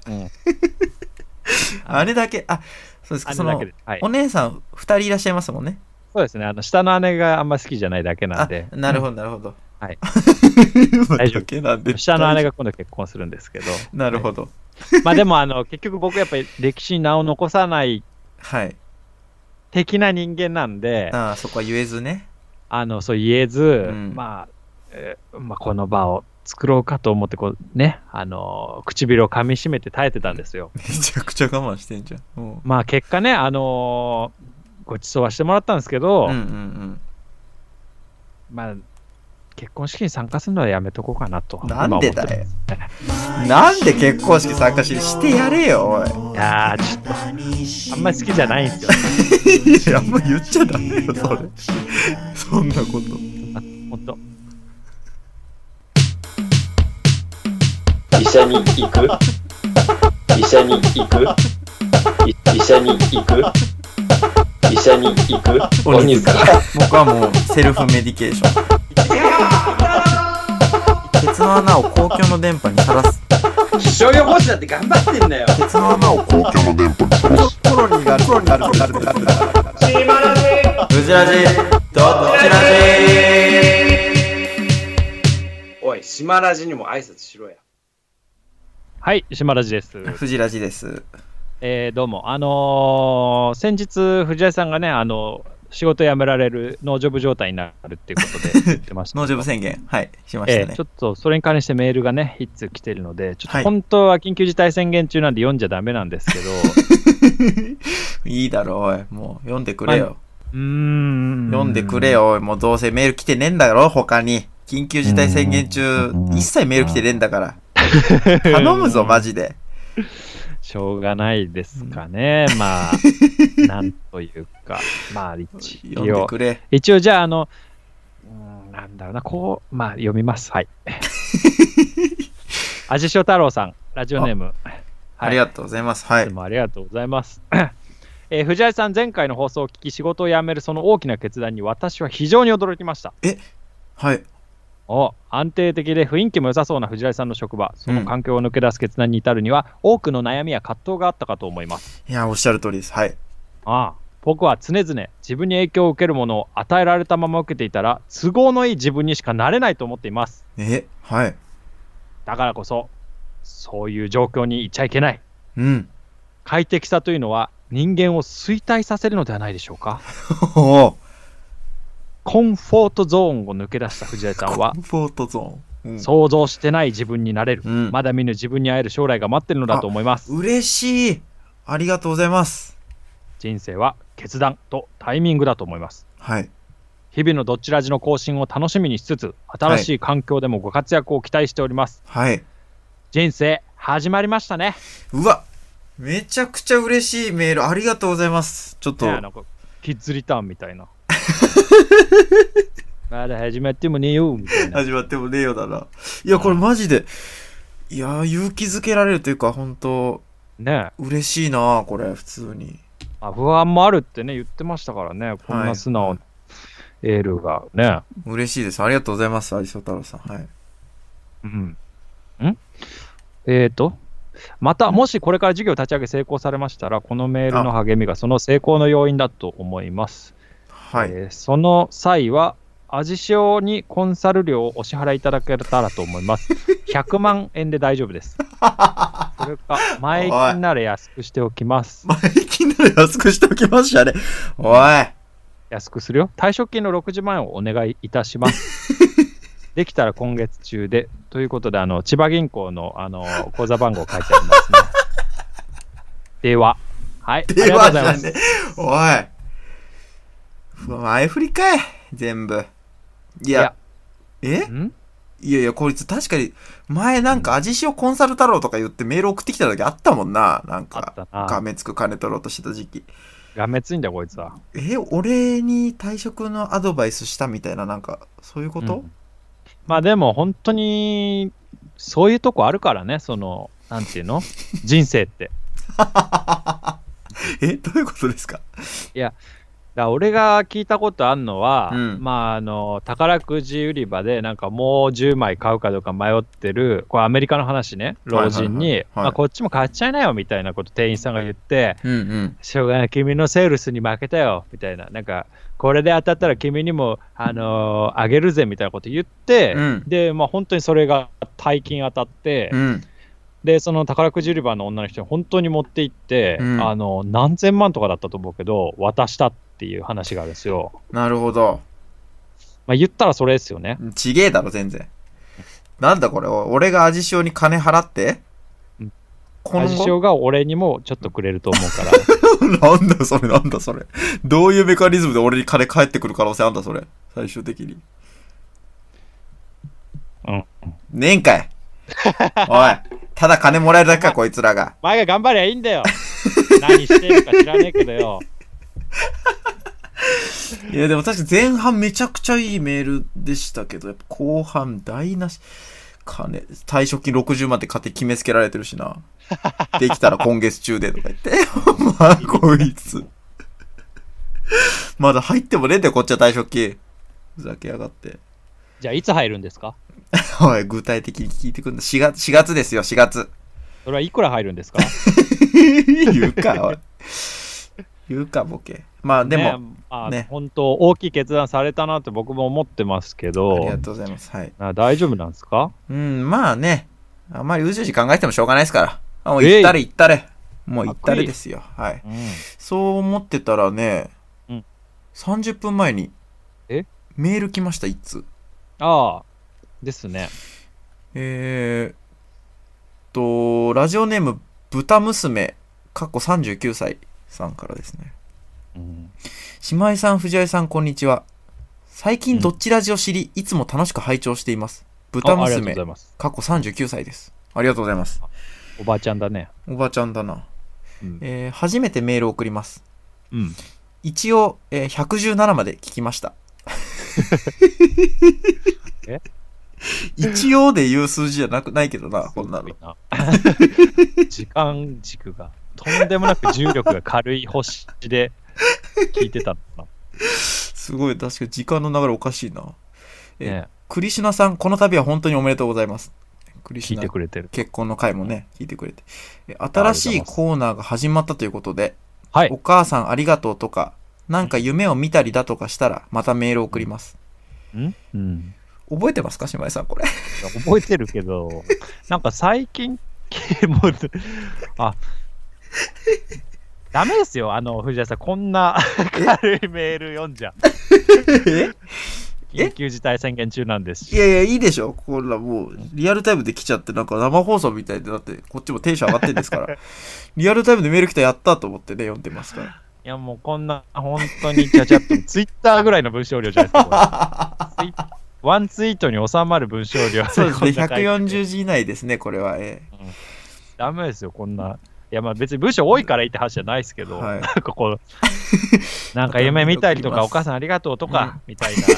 Speaker 1: うん、姉だけ、あ、そうですか、その、はい、お姉さんふたりいらっしゃいますもんね。
Speaker 2: そうですね、あの下の姉があんま好きじゃないだけなんで。
Speaker 1: なるほどなるほど、
Speaker 2: はい
Speaker 1: 大丈夫なんで、
Speaker 2: 下の姉が今度結婚するんですけど。
Speaker 1: なるほど、
Speaker 2: はい、まあでもあの結局僕やっぱり歴史に名を残さない的な人間なんで、
Speaker 1: ああそこは言えずね、
Speaker 2: あのそう言えず、うん、まあ、えーまあ、この場を作ろうかと思ってこうね、あのー、唇を噛みしめて耐えてたんですよ。
Speaker 1: めちゃくちゃ我慢してんじゃん。うん、
Speaker 2: まあ結果ね、あのー、ごちそうはしてもらったんですけど、
Speaker 1: うんうんうん、まあ
Speaker 2: 結婚式に参加するのはやめとこうかなと。
Speaker 1: なんでだよ。なんで結婚式参加ししてやれよ、おい。
Speaker 2: いやー、ちょっと、あんまり好きじゃないんですよ。
Speaker 1: いや、あんま言っちゃダメよ、それ。そんなこと。
Speaker 2: あ、ほんと。
Speaker 3: 医者に行く医者に行く医者に行く医者に行く
Speaker 1: 鬼塚。僕はもうセルフメディケーション。鉄の穴を公共の電波にさらす。
Speaker 3: 気象予報士だって頑張ってんだよ。
Speaker 1: 鉄の穴を公共の電波にさらす。コロニーがある、コロニーがある、コロニーがある、コロニーがある。シマラジフジラジどっちラジ。
Speaker 3: おい、シマラジにも挨拶しろや。
Speaker 2: はい、シマラジです。
Speaker 1: フジラジです。
Speaker 2: えー、どうも、あのー、先日藤井さんがね、あのー仕事辞められるノージョブ状態になるっていうことで言ってました。
Speaker 1: ノージョブ宣言、はい、しましたね。
Speaker 2: えー、ちょっとそれに関してメールがね、一通来てるので、ちょっと本当は緊急事態宣言中なんで読んじゃダメなんですけど。
Speaker 1: いいだろ、おい、もう読んでくれよ。まあ、
Speaker 2: うーん。
Speaker 1: 読んでくれよ、おい、もうどうせメール来てねえんだろ、他に。緊急事態宣言中、一切メール来てねえんだから。頼むぞ、マジで。
Speaker 2: しょうがないですかね。うん、まあ、なんというか、まあ一応、
Speaker 1: 読んでくれ。
Speaker 2: 一応じゃあ、あの、うん、なんだろうな、こう、まあ読みます。はい。味塩太郎さん、ラジオネーム。あ、
Speaker 1: はい、ありがとうございます。はい。
Speaker 2: いつもありがとうございます。えー、藤井さん、前回の放送を聞き、仕事を辞めるその大きな決断に私は非常に驚きました。
Speaker 1: え、はい。
Speaker 2: お安定的で雰囲気も良さそうな藤井さんの職場、その環境を抜け出す決断に至るには、うん、多くの悩みや葛藤があったかと思います。
Speaker 1: いや、おっしゃる通りです。はい。
Speaker 2: ああ、僕は常々自分に影響を受けるものを与えられたまま受けていたら、都合のいい自分にしかなれないと思っています。
Speaker 1: え、はい。
Speaker 2: だからこそ、そういう状況にいっちゃいけない。
Speaker 1: うん。
Speaker 2: 快適さというのは人間を衰退させるのではないでしょうか。コンフォートゾーンを抜け出した藤井さんは、
Speaker 1: コンフォートゾーン、うん、
Speaker 2: 想像してない自分になれる、
Speaker 1: うん、
Speaker 2: まだ見ぬ自分に会える将来が待ってるのだと思います。
Speaker 1: 嬉しい、ありがとうございます。
Speaker 2: 人生は決断とタイミングだと思います。
Speaker 1: はい。
Speaker 2: 日々のどっちラジの更新を楽しみにしつつ、新しい環境でもご活躍を期待しております。
Speaker 1: はい。
Speaker 2: 人生始まりましたね。
Speaker 1: うわ、めちゃくちゃ嬉しいメールありがとうございます。ちょっと、ね、
Speaker 2: なんかキッズリターンみたいな。まだ始まってもねえよみたいな。
Speaker 1: 始まってもねえよだな。いや、これマジで、いや、勇気づけられるというか、本当
Speaker 2: ね、
Speaker 1: 嬉しいな、これ、普通に。
Speaker 2: あ、不安もあるってね、言ってましたからね、こんな素直なエールがね。
Speaker 1: 嬉しいです。ありがとうございます、有翔太郎さん。はい。
Speaker 2: うん。んえーと、また、もしこれから事業を立ち上げ成功されましたら、このメールの励みがその成功の要因だと思います。
Speaker 1: はい、
Speaker 2: えー、その際は、味塩にコンサル料をお支払いいただけたらと思います。ひゃくまんえんで大丈夫です。それか、前金なら安くしておきます。
Speaker 1: 前金なら安くしておきますじゃね。おい。
Speaker 2: 安くするよ。退職金のろくじゅうまんえんをお願いいたします。できたら今月中で、 ということで、あの千葉銀行の、あの口座番号書いてありますね。では、はい、ありがとうございます。ね、
Speaker 1: おい、前振りかい、全部。いや、いやえんいやいや、こいつ確かに、前なんか味塩コンサル太郎とか言ってメール送ってきた時あったもんな。なんか、がめつく金取ろうとしてた時期。
Speaker 2: がめついんだ、こいつは。
Speaker 1: え、俺に退職のアドバイスしたみたいな、なんか、そういうこと、うん、
Speaker 2: まあでも、本当に、そういうとこあるからね、その、なんていうの人生って。
Speaker 1: え、どういうことですか？
Speaker 2: いや、だ俺が聞いたことあるのは、うん、まああの宝くじ売り場でなんかもうじゅうまい買うかどうか迷ってる、これアメリカの話ね、老人に、はいはいはいはい、まあ、こっちも買っちゃいなよみたいなこと店員さんが言って、うんうん、しょうがない、君のセールスに負けたよみたいな、なんかこれで当たったら君にも、あのー、あげるぜみたいなこと言って、うん、で、まあ、本当にそれが大金当たって、うん、でその宝くじ売り場の女の人に本当に持って行って、うん、あの何千万とかだったと思うけど渡したっていう話があるんですよ。
Speaker 1: なるほど。
Speaker 2: まあ言ったらそれですよね。
Speaker 1: ちげえだろ全然。なんだこれ、俺が味塩に金払って、
Speaker 2: うん、味塩が俺にもちょっとくれると思うか
Speaker 1: ら。なんだそれ、なんだそれ。どういうメカニズムで俺に金返ってくる可能性あんだそれ、最終的に。
Speaker 2: うん。
Speaker 1: ねえんかい。おい、ただ金もらえるだけかこいつらが。
Speaker 2: 前が頑張りゃいいんだよ。何してるか知らねえけどよ。
Speaker 1: いやでも確か前半めちゃくちゃいいメールでしたけど、やっぱ後半台無し。金退職金ろくじゅうまんって勝手に決めつけられてるしな。できたら今月中でとか言って。まあこいつ。まだ入ってもねえんだよこっちは退職金。ふざけやがって。
Speaker 2: じゃあいつ入るんですか？
Speaker 1: おい、具体的に聞いてくんだ。しがつ、しがつですよ、しがつ。
Speaker 2: それはいくら入るんですか？
Speaker 1: 言うか、おい。言うか、ボケ。まあでも、ね、
Speaker 2: あね、本当大きい決断されたなって僕も思ってますけど。
Speaker 1: ありがとうございます。はい。
Speaker 2: 大丈夫なんですか？
Speaker 1: うん、まあね、あんまりうじうじ考えてもしょうがないですから。あ、もう行ったれ行ったれ。もう行ったれですよ。はい、うん。そう思ってたらね、うん、さんじゅっぷんまえにえメール来ました、一通。
Speaker 2: ああ。ですね。
Speaker 1: えーと、ラジオネーム、豚娘、かっこさんじゅうきゅうさいさんからですね。うん、姉妹さん、藤井さん、こんにちは。最近、どっちラジオ知り、うん、いつも楽しく拝聴しています。豚娘、かっこさんじゅうきゅうさいです。ありがとうございます。
Speaker 2: おばあちゃんだね。
Speaker 1: おばあちゃんだな。うん、えー、初めてメールを送ります。
Speaker 2: うん、
Speaker 1: 一応、えー、ひゃくじゅうななまで聞きました。
Speaker 2: え
Speaker 1: 一応で言う数字じゃなくないけどな、こんなの。
Speaker 2: 時間軸がとんでもなく重力が軽い星で聞いてたのかな。
Speaker 1: すごい、確かに時間の流れおかしいな。え、ね、クリシュナさん、この度は本当におめでとうございます。クリシュナ、聞いてくれてる。結婚の回もね、聞いてくれて。新しいコーナーが始まったということで、はい、お母さんありがとうとか、なんか夢を見たりだとかしたら、またメールを送ります。
Speaker 2: んうん。
Speaker 1: 覚えてますか、姉妹さん、これ。
Speaker 2: 覚えてるけど、なんか最近、もう、あ、ダメですよ、あの、藤井さん、こんな軽いメール読んじゃ。え緊急事態宣言中なんですし。
Speaker 1: いやいや、いいでしょ、こんなもう、リアルタイムで来ちゃって、なんか生放送みたいで、だって、こっちもテンション上がってるんですから、リアルタイムでメール来たらやったと思ってね、読んでますから。い
Speaker 2: や、もうこんな、本当にちゃちゃっと、ツイッターぐらいの文章量じゃないですか、これ。ワンツイートに収まる文章量。
Speaker 1: そうですね、ひゃくよんじゅうじ以内ですね、これは。え
Speaker 2: ーうん、ダメですよ、こんな。いや、まあ別に文章多いからいいって話じゃないですけど、はい、なんかこう、なんか夢見たりとか、お母さんありがとうとか、うん、みたいな。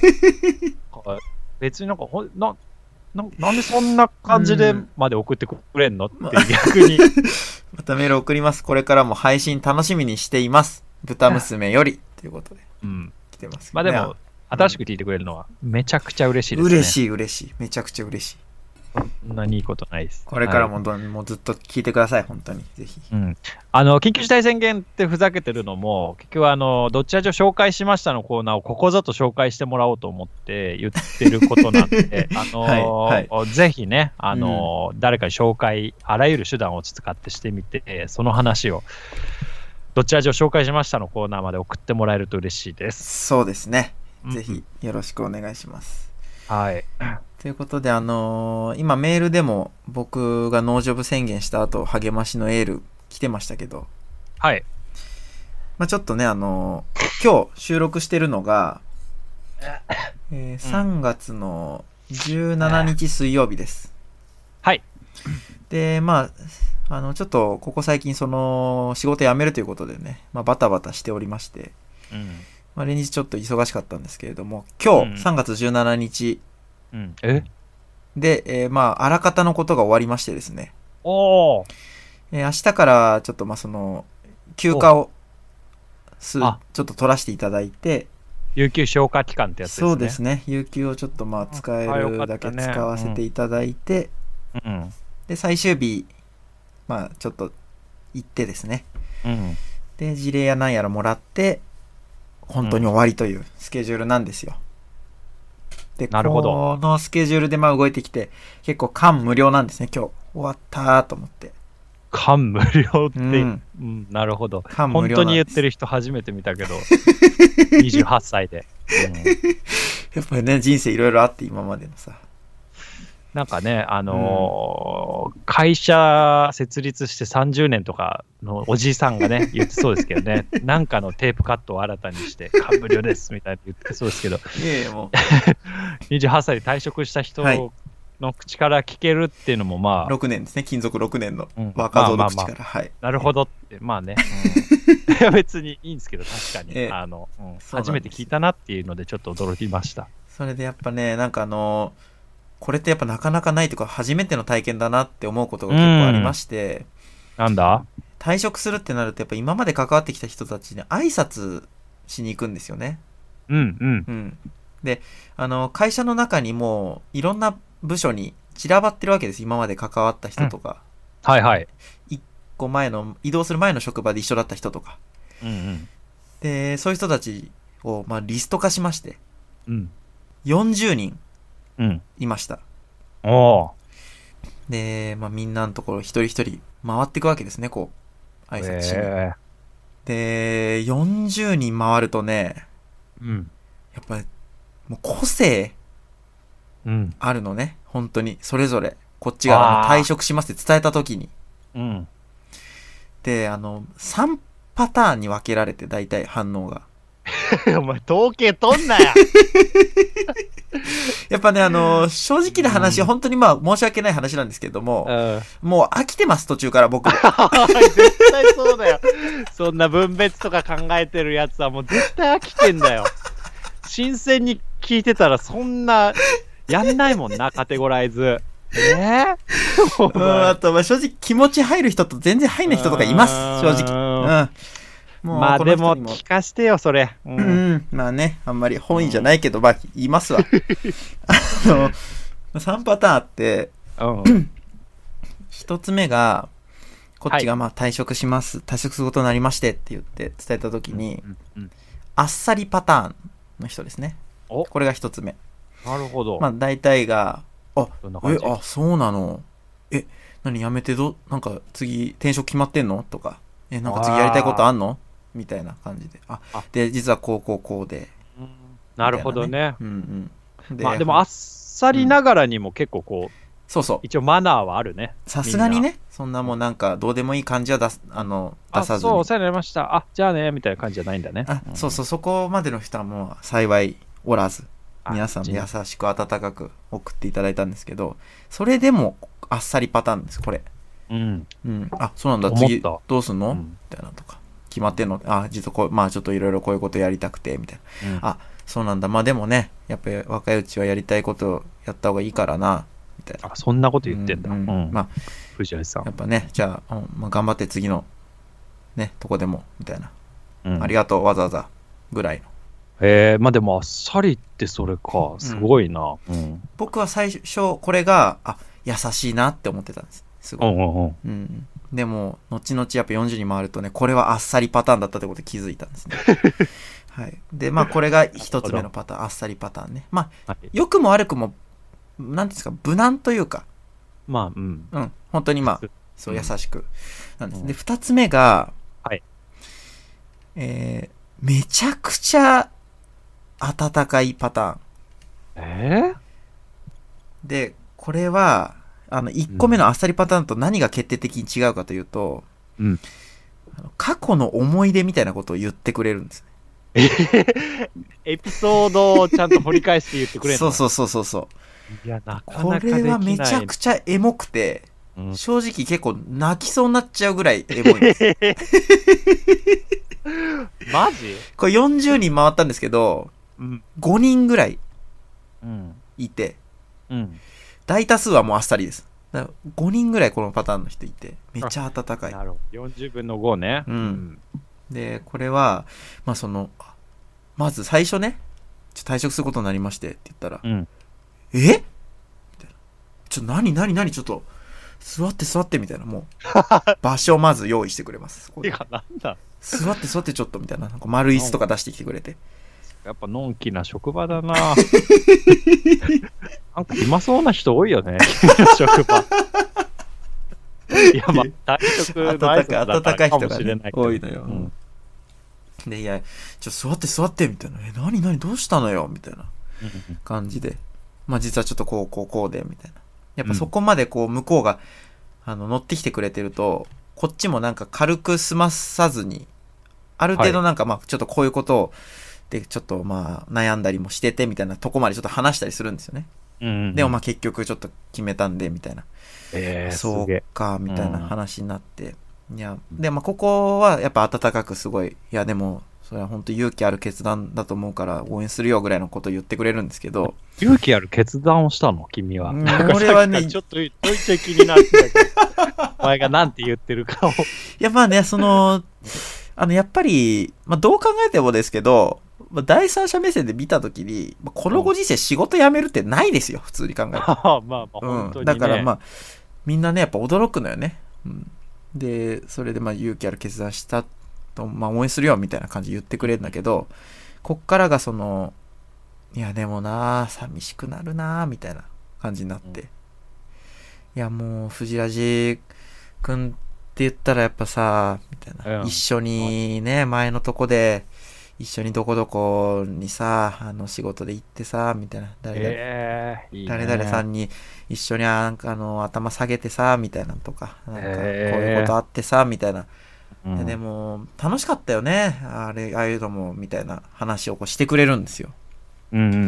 Speaker 2: 別になんかほなな、なんでそんな感じでまで送ってくれんの、うん、って逆に。
Speaker 1: またメール送ります。これからも配信楽しみにしています。豚娘より。ということで。
Speaker 2: うん。
Speaker 1: 来てます、ね。
Speaker 2: まあでも、新しく聞いてくれるのはめちゃくちゃ嬉しいですね。
Speaker 1: 嬉しい嬉しい。めちゃくちゃ嬉しい。
Speaker 2: そんなにいいことないです。
Speaker 1: これからもどん、はい、もうずっと聞いてください、本当に。ぜひ。
Speaker 2: うん。あの、緊急事態宣言ってふざけてるのも、結局あの、どっちらじょ紹介しましたのコーナーをここぞと紹介してもらおうと思って言ってることなんで、あのーはいはい、ぜひね、あのーうん、誰かに紹介、あらゆる手段を使ってしてみて、その話を、どっちらじょ紹介しましたのコーナーまで送ってもらえると嬉しいです。
Speaker 1: そうですね。ぜひよろしくお願いします。
Speaker 2: はい。
Speaker 1: ということで、あのー、今メールでも僕がノージョブ宣言した後、励ましのエール来てましたけど。
Speaker 2: はい。
Speaker 1: まあちょっとね、あのー、今日収録してるのが、えー、さんがつのじゅうしちにち水曜日です。
Speaker 2: はい。
Speaker 1: で、まあ、あの、ちょっとここ最近その仕事辞めるということでね、まあバタバタしておりまして、うん、まあ連日ちょっと忙しかったんですけれども、今日さんがつじゅうしちにち、
Speaker 2: うん、え
Speaker 1: で、えー、まあ、あらかたのことが終わりましてですね。
Speaker 2: おー。
Speaker 1: えー、明日からちょっとまあその休暇をすちょっと取らせていただいて、
Speaker 2: 有給消化期間ってやつですね。
Speaker 1: そうですね。有給をちょっとまあ使えるだけ使わせていただいて、うん、で最終日まあちょっと行ってですね。うん、で事例やなんやらもらって本当に終わりというスケジュールなんですよ。で
Speaker 2: なるほど。
Speaker 1: このスケジュールでまあ動いてきて結構感無量なんですね。今日終わったと思って。
Speaker 2: 感無量って、うんうん、なるほど。本当に言ってる人初めて見たけど、にじゅうはっさいで、うん。
Speaker 1: やっぱりね、人生いろいろあって今までのさ。
Speaker 2: なんかね、あのーうん、会社設立してさんじゅうねんとかのおじいさんがね、言ってそうですけどね、なんかのテープカットを新たにして、感無量ですみたいな言ってそうですけど、
Speaker 1: いやいやもう
Speaker 2: にじゅうはっさいで退職した人の口から聞けるっていうのもまあ、
Speaker 1: ろくねんですね、勤続ろくねんの若造の口から、うんまあまあまあはい、
Speaker 2: なるほどって、まあね、うん、いや別にいいんですけど、確かに、ええ、あの、うん、初めて聞いたなっていうので、ちょっと驚きました。
Speaker 1: それでやっぱね、なんかあのー、これってやっぱなかなかないというか初めての体験だなって思うことが結構ありまして、
Speaker 2: うん、なんだ
Speaker 1: 退職するってなるとやっぱ今まで関わってきた人たちに挨拶しに行くんですよね。
Speaker 2: うんうん、
Speaker 1: うん、であの会社の中にもいろんな部署に散らばってるわけです。今まで関わった人とか、
Speaker 2: うん、はいはい
Speaker 1: 一個前の移動する前の職場で一緒だった人とか、
Speaker 2: うんうん、
Speaker 1: でそういう人たちを、まあ、リスト化しまして、
Speaker 2: うん、
Speaker 1: よんじゅうにんいました。
Speaker 2: うん、お
Speaker 1: で、まあ、みんなのところ一人一人回っていくわけですね、こう挨拶しに、えー、でよんじゅうにん回るとね、
Speaker 2: うん、
Speaker 1: やっぱりもう個性あるのね、うん、本当にそれぞれこっちが退職しますって伝えた時に、
Speaker 2: うん、
Speaker 1: であのさんパターンに分けられて大体反応が
Speaker 2: お前統計取んなや
Speaker 1: やっぱねあの正直な話、うん、本当にまあ申し訳ない話なんですけども、うん、もう飽きてます途中から僕
Speaker 2: 絶対そうだよそんな分別とか考えてるやつはもう絶対飽きてんだよ新鮮に聞いてたらそんなやんないもんなカテゴライズえ
Speaker 1: ー、うん、あとまあ正直気持ち入る人と全然入んない人とかいます正直、うん
Speaker 2: もうまあでも聞かしてよそれ、
Speaker 1: うん、うん、まあねあんまり本意じゃないけど、うん、まあ言いますわあのさんパターンあって、うん、ひとつめがこっちがまあ退職します、はい、退職することになりましてって言って伝えた時に、うんうんうん、あっさりパターンの人ですね。これがひとつめ。
Speaker 2: なるほど。
Speaker 1: まあ大体があえあそうなのえ何やめてどなんか次転職決まってんのとかえなんか次やりたいことあんのみたいな感じで、あ、あで実はこうこうこうで、
Speaker 2: うん、なるほどね。
Speaker 1: うんうん。
Speaker 2: で、まあ、でもあっさりながらにも結構こう、うん、
Speaker 1: そうそう。
Speaker 2: 一応マナーはあるね。
Speaker 1: さすがにね、そんなもうなんかどうでもいい感じは出すあの出さずに。
Speaker 2: あ、そうお世話になりました。あ、じゃあねみたいな感じじゃないんだね。
Speaker 1: あ、うん、そうそうそこまでの人はもう幸いおらず、皆さん優しく温かく送っていただいたんですけど、それでもあっさりパターンですこれ。
Speaker 2: うん
Speaker 1: うん。あ、そうなんだ。次どうすんの、うん、みたいなとか。決まってんのあ実はこうまあちょっといろいろこういうことやりたくてみたいな、うん、あそうなんだまあでもねやっぱり若いうちはやりたいことをやった方がいいからなみたいな。
Speaker 2: あそんなこと言ってんだ、
Speaker 1: うんうんうん、まあ
Speaker 2: 藤井さん
Speaker 1: やっぱねじゃあ、うんまあ、頑張って次のねとこでもみたいな、うん、ありがとうわざわざぐらいの。
Speaker 2: へえまあでもあっさりってそれかすごいな、うんうん、
Speaker 1: 僕は最初これがあ優しいなって思ってたんですすごい、
Speaker 2: うんうんうん
Speaker 1: うん、でも後々やっぱよんじゅうに回るとねこれはあっさりパターンだったってことに気づいたんですねはい、でまあこれが一つ目のパターンあっさりパターンね。まあ良くも悪くもなんですか無難というか
Speaker 2: まあうん
Speaker 1: うん本当にまあそう優しくなんです、うん、で二つ目が
Speaker 2: はい
Speaker 1: えー、めちゃくちゃ温かいパターン。
Speaker 2: えー、
Speaker 1: でこれはあのいっこめのあっさりパターンと何が決定的に違うかというと、うん、あの過去の思い出みたいなことを言ってくれるんですね。
Speaker 2: エピソードをちゃんと掘り返して言ってくれるの。
Speaker 1: そうそうそうそうそう。
Speaker 2: いや、なかなかできない。
Speaker 1: これはめちゃくちゃエモくて、うん、正直結構泣きそうになっちゃうぐらいエモいです。
Speaker 2: マジ？
Speaker 1: これよんじゅうにん回ったんですけど、うん、ごにんぐらいいて、うん、大多数はもうあっさりです。だからごにんぐらいこのパターンの人いて、めっちゃ温かい。
Speaker 2: なるほど。よんじゅうぶんのごね。
Speaker 1: うん。うん、で、これは、まあその、まず最初ね、ちょっと退職することになりましてって言ったら、うん、えみたいな。ちょっと何何何ちょっと、座って座ってみたいな、もう、場所をまず用意してくれます。
Speaker 2: いや、なんだ。
Speaker 1: 座って座ってちょっとみたいな、なんか丸椅子とか出してきてくれて。
Speaker 2: やっぱのんきな職場だななんか暇そうな人多いよね、職場。いや、まあ、退職の挨拶だったかもしれないけど。
Speaker 1: 多いのよ。うん、で、いや、ちょっと座って座ってみたいな。え、何何どうしたのよみたいな感じで。まあ実はちょっとこうこうこうで、みたいな。やっぱそこまでこう向こうが、あの乗ってきてくれてると、こっちもなんか軽く済まさずに、ある程度なんかまあちょっとこういうことを、でちょっとまあ悩んだりもしててみたいなとこまでちょっと話したりするんですよね。うんうん、でもまあ結局ちょっと決めたんでみたいな。えー、そうかみたいな話になって、うん、いやでまあここはやっぱ温かくすごい、いやでもそれは本当勇気ある決断だと思うから応援するよぐらいのことを言ってくれるんですけど。
Speaker 2: 勇気ある決断をしたの君は。
Speaker 1: これはね
Speaker 2: ちょっとちょいちょい気になってたけどお前がなんて言ってるかを。い
Speaker 1: やまあね、そのあのやっぱり、まあ、どう考えてもですけど、まあ、第三者目線で見たときに、まあ、このご時世仕事辞めるってないですよ、普通に考えて。ま
Speaker 2: あまあ本当に、ね、うん、
Speaker 1: だからまあみんなねやっぱ驚くのよね。うん、でそれでまあ勇気ある決断したと、まあ、応援するよみたいな感じで言ってくれるんだけど、こっからがそのいやでもな寂しくなるなみたいな感じになって、うん、いやもう藤ラジ君って言ったらやっぱさみたいな、うん、一緒にね前のとこで一緒にどこどこにさあの仕事で行ってさみたいな、誰々、えーいいね、誰々さんに一緒にああの頭下げてさみたいなとか、なんかこういうことあってさみたいな、えー、でも楽しかったよねあれああいうのもみたいな話をこうしてくれるんですよ。うんうんうん、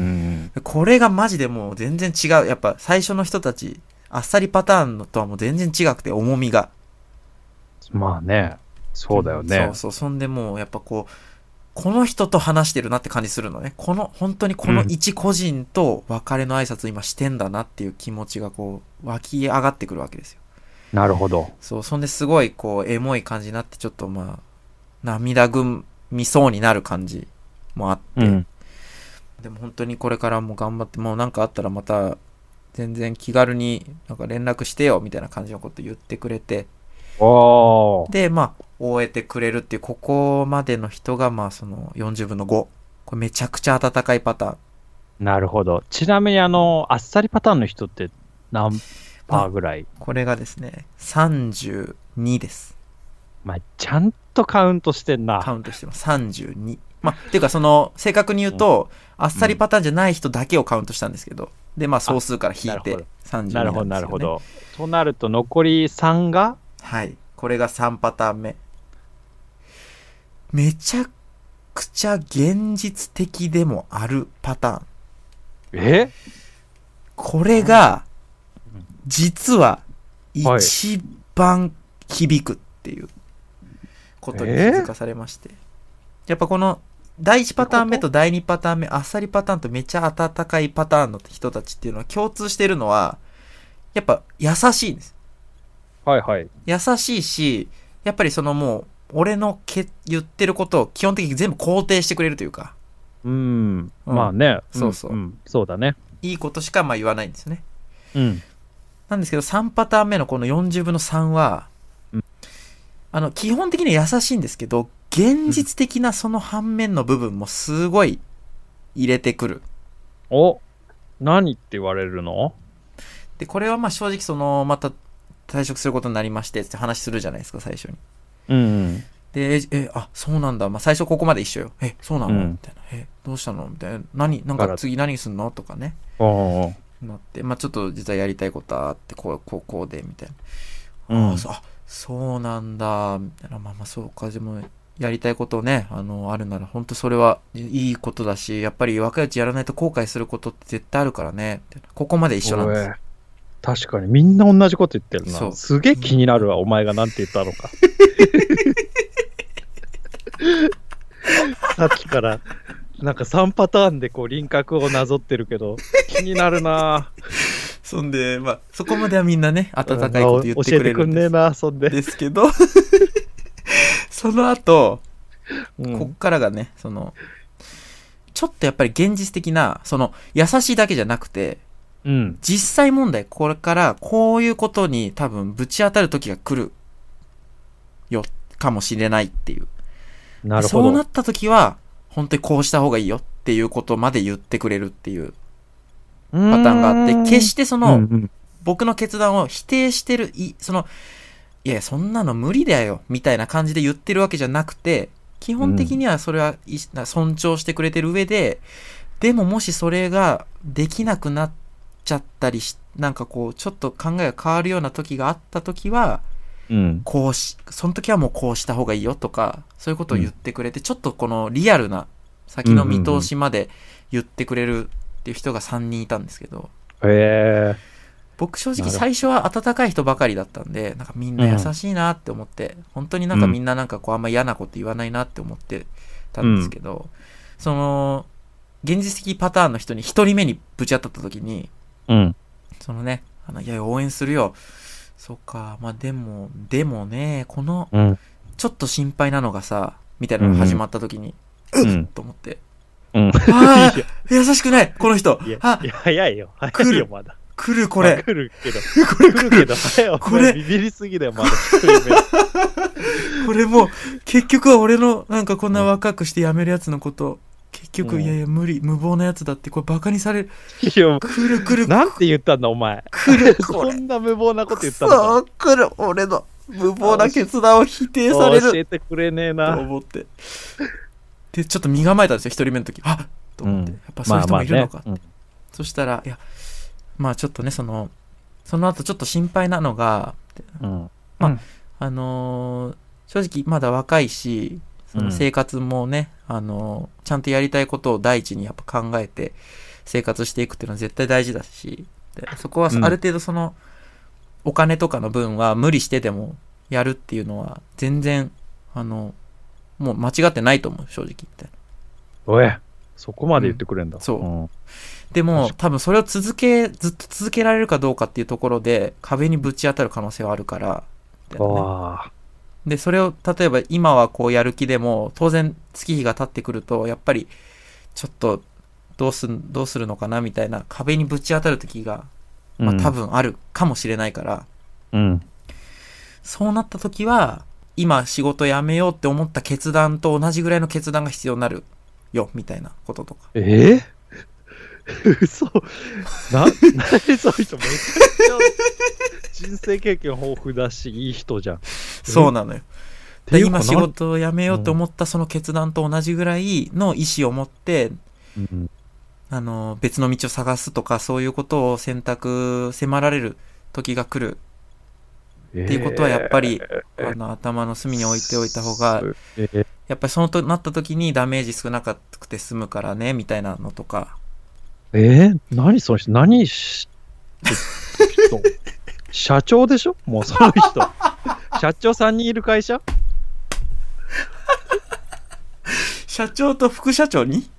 Speaker 1: これがマジでもう全然違う。やっぱ最初の人たちあっさりパターンのとはもう全然違くて、重みが。
Speaker 2: まあね、そうだよね。
Speaker 1: そうそう、そんでもうやっぱこうこの人と話してるなって感じするのね。この本当にこの一個人と別れの挨拶を今してんだなっていう気持ちがこう湧き上がってくるわけですよ。
Speaker 2: なるほど。
Speaker 1: そう、そんですごいこうエモい感じになって、ちょっとまあ涙ぐみそうになる感じもあって、うん、でも本当にこれからも頑張って、もうなんかあったらまた全然気軽になんか連絡してよみたいな感じのこと言ってくれて、おでまあ終えてくれるっていう、ここまでの人がまあそのよんじゅうぶんのご、これめちゃくちゃ温かいパターン。
Speaker 2: なるほど。ちなみにあのあっさりパターンの人って何パーぐらい？
Speaker 1: これがですねさんじゅうにです。
Speaker 2: まあちゃんとカウントしてんな。
Speaker 1: カウントしてます。さんじゅうに。まあっていうかその正確に言うと、うん、あっさりパターンじゃない人だけをカウントしたんですけど、でまあ総数から引いてさんじゅうになんですよね。
Speaker 2: なるほどなるほど。となると残りさんが、
Speaker 1: はい、これがさんパターン目。めちゃくちゃ現実的でもあるパターン。
Speaker 2: え？
Speaker 1: これが実は一番響くっていうことに気づかされまして、やっぱこのだいいちパターン目とだいにパターン目、あっさりパターンとめっちゃ温かいパターンの人たちっていうのは共通してるのはやっぱ優しいんです。
Speaker 2: はいはい。
Speaker 1: 優しいし、やっぱりそのもう俺のけ言ってることを基本的に全部肯定してくれるというか、
Speaker 2: うん、うん、まあね、
Speaker 1: そうそう、うん、
Speaker 2: そうだね。
Speaker 1: いいことしかまあ言わないんですよね。
Speaker 2: うん。
Speaker 1: なんですけどさんパターン目のこのよんじゅうぶんのさんは、うん、あの基本的には優しいんですけど、現実的なその反面の部分もすごい入れてくる。
Speaker 2: うん、お、何って言われるの？
Speaker 1: でこれはまあ正直そのまた退職することになりましてって話するじゃないですか最初に。
Speaker 2: うん、うん、
Speaker 1: でえあそうなんだ、まあ、最初ここまで一緒よ。えそうなの、うん、みたいな。えどうしたのみたいな。何なんか次何すんのとかね。 なって、まあちょっと実はやりたいことあって、こう、こう、こうで、みたいな。うん、ああ、そ、あ、そうなんだ、みたいな。まあまあそうか、でも、やりたいことね、あの、あるなら、本当それはいいことだし、やっぱり若いうちやらないと後悔することって絶対あるからね。ここまで一緒なんです。
Speaker 2: 確かに、みんな同じこと言ってるな。そうすげえ気になるわ、お前がなんて言ったのか。さっきから、なんかさんパターンでこう輪郭をなぞってるけど、気になるな。
Speaker 1: そんで、まあ、そこまではみんなね、温かいこと言ってくれるんです、
Speaker 2: 教えてくんねえな、そんで。
Speaker 1: ですけど、その後、うん、こっからがね、その、ちょっとやっぱり現実的な、その、優しいだけじゃなくて、うん、実際問題、これからこういうことに多分ぶち当たる時が来るよ、かもしれないっていう。なるほど。そうなった時は、本当にこうした方がいいよっていうことまで言ってくれるっていうパターンがあって、決してその、うんうん、僕の決断を否定してる、い、その、いや、そんなの無理だよ、みたいな感じで言ってるわけじゃなくて、基本的にはそれは尊重してくれてる上で、でももしそれができなくなっちゃったりし、なんかこう、ちょっと考えが変わるような時があった時は、うん、こうし、その時はもうこうした方がいいよとか、そういうことを言ってくれて、うん、ちょっとこのリアルな先の見通しまで言ってくれるっていう人がさんにんいたんですけど、
Speaker 2: へー、
Speaker 1: 僕正直最初は温かい人ばかりだったんで、なんかみんな優しいなって思って、うん、本当になんかみんななんかこうあんま嫌なこと言わないなって思ってたんですけど、うん、その、現実的パターンの人に一人目にぶち当たった時に、うん、そのね、あの、いや応援するよ。そうか、まあでも、でもね、この、うん、ちょっと心配なのがさ、みたいなのが始まった時に、うん、うん、と思って。うん。ああ、優しくない、この人。
Speaker 2: いや、あいや早いよ、早いよ、まだ。
Speaker 1: 来る、これ。
Speaker 2: まあ、来るけど。これ来るけど、早いよ。これ。ビビりすぎだよ、まだ。
Speaker 1: これもう、結局は俺の、なんかこんな若くして辞めるやつのこと、結局、うん、いやいや、無理、無謀なやつだって、これバカにされる。いや、来る来る。
Speaker 2: なんて言ったんだ、お前。
Speaker 1: 来る、
Speaker 2: こんな無謀なこと言ったんだ。
Speaker 1: そう、来る、俺の無謀な決断を否定される。
Speaker 2: 教えてくれねえな。
Speaker 1: と思って。で、ちょっと身構えたんですよ、一人目の時。あっと思って。うん、やっぱそういう人もいるのか。まあまあね、うん、そしたら、いや、まあちょっとね、その、その後ちょっと心配なのが、うん、まあ、うん、あのー、正直まだ若いし、その生活もね、うん、あのー、ちゃんとやりたいことを第一にやっぱ考えて生活していくっていうのは絶対大事だし、でそこはある程度その、お金とかの分は無理してでもやるっていうのは全然、あの、もう間違ってないと思う、正直言って。
Speaker 2: おい、そこまで言ってくれんだ。
Speaker 1: うん、そう。うん、でも、多分それを続け、ずっと続けられるかどうかっていうところで、壁にぶち当たる可能性はあるから、ね、で、それを、例えば今はこうやる気でも、当然月日が経ってくると、やっぱり、ちょっと、どうすん、どうするのかなみたいな壁にぶち当たる時が、まあ多分あるかもしれないから、うん。そうなった時は、今仕事辞めようって思った決断と同じぐらいの決断が必要になるよ、みたいなこととか。
Speaker 2: えー嘘な、なにそういう人めちゃくちゃ人生経験豊富だし、いい人じゃん。
Speaker 1: そうなのよ。で今仕事を辞めようと思ったその決断と同じぐらいの意思を持って、うん、あの、別の道を探すとか、そういうことを選択、迫られる時が来る。っていうことはやっぱり、えー、あの頭の隅に置いておいた方が、えー、やっぱりそのとなった時にダメージ少なくて済むからねみたいなのとか。
Speaker 2: えー、何その人、何し社長でしょ、もうその人。社長さんにんいる会社
Speaker 1: 社長と副社長に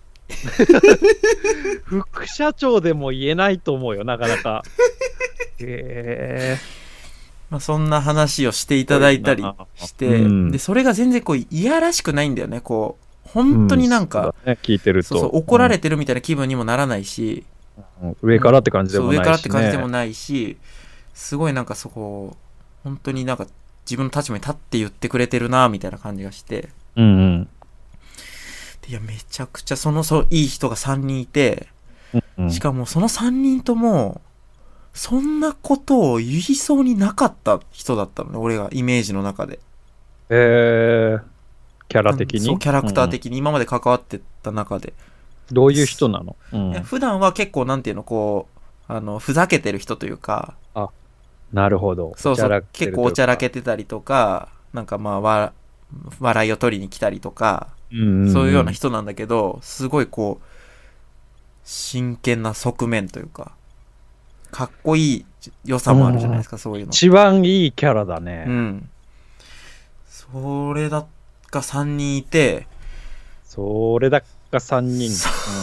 Speaker 2: 副社長でも言えないと思うよ、なかなか。へえー。
Speaker 1: まあ、そんな話をしていただいたりして、うん、でそれが全然こういやらしくないんだよね。こう本当になんか、
Speaker 2: うんね、聞いてると
Speaker 1: そうそう怒られてるみたいな気分にもならないし、
Speaker 2: うん、上からって感じでもないし、ね、
Speaker 1: 上からって感じでもないし、すごいなんかそこ本当になんか自分の立場に立って言ってくれてるなみたいな感じがして、うんうん、でいやめちゃくちゃそのそういい人がさんにんいて、うんうん、しかもそのさんにんともそんなことを言いそうになかった人だったのね、俺がイメージの中で。
Speaker 2: えー、キャラ的に、
Speaker 1: そうキャラクター的に今まで関わってた中で。
Speaker 2: どういう人なの？
Speaker 1: うん、普段は結構なんていうのこうあのふざけてる人というか、
Speaker 2: あ、なるほど。
Speaker 1: そうそう、結構おちゃらけてたりとか、なんかまあわ笑いを取りに来たりとか、うんうんうん、そういうような人なんだけど、すごいこう真剣な側面というか、かっこいい良さもあるじゃないですか、うん、そういうの。
Speaker 2: 一番いいキャラだね。
Speaker 1: うん。それだがさんにんいて、
Speaker 2: それだがさんにん。うん、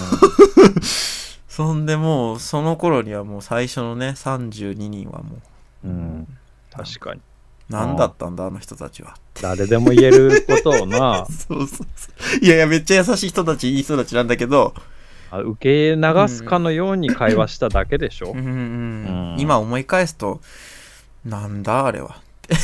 Speaker 1: そんでもうその頃にはもう最初のねさんじゅうににんはも
Speaker 2: う、うん、確かに。
Speaker 1: 何だったんだあの人たちは。
Speaker 2: 誰でも言えることをな。
Speaker 1: そうそうそう。いやいやめっちゃ優しい人たちいい人たちなんだけど。
Speaker 2: あ、受け流すかのように会話しただけでしょ。うんうんうん
Speaker 1: うん、今思い返すとなんだあれは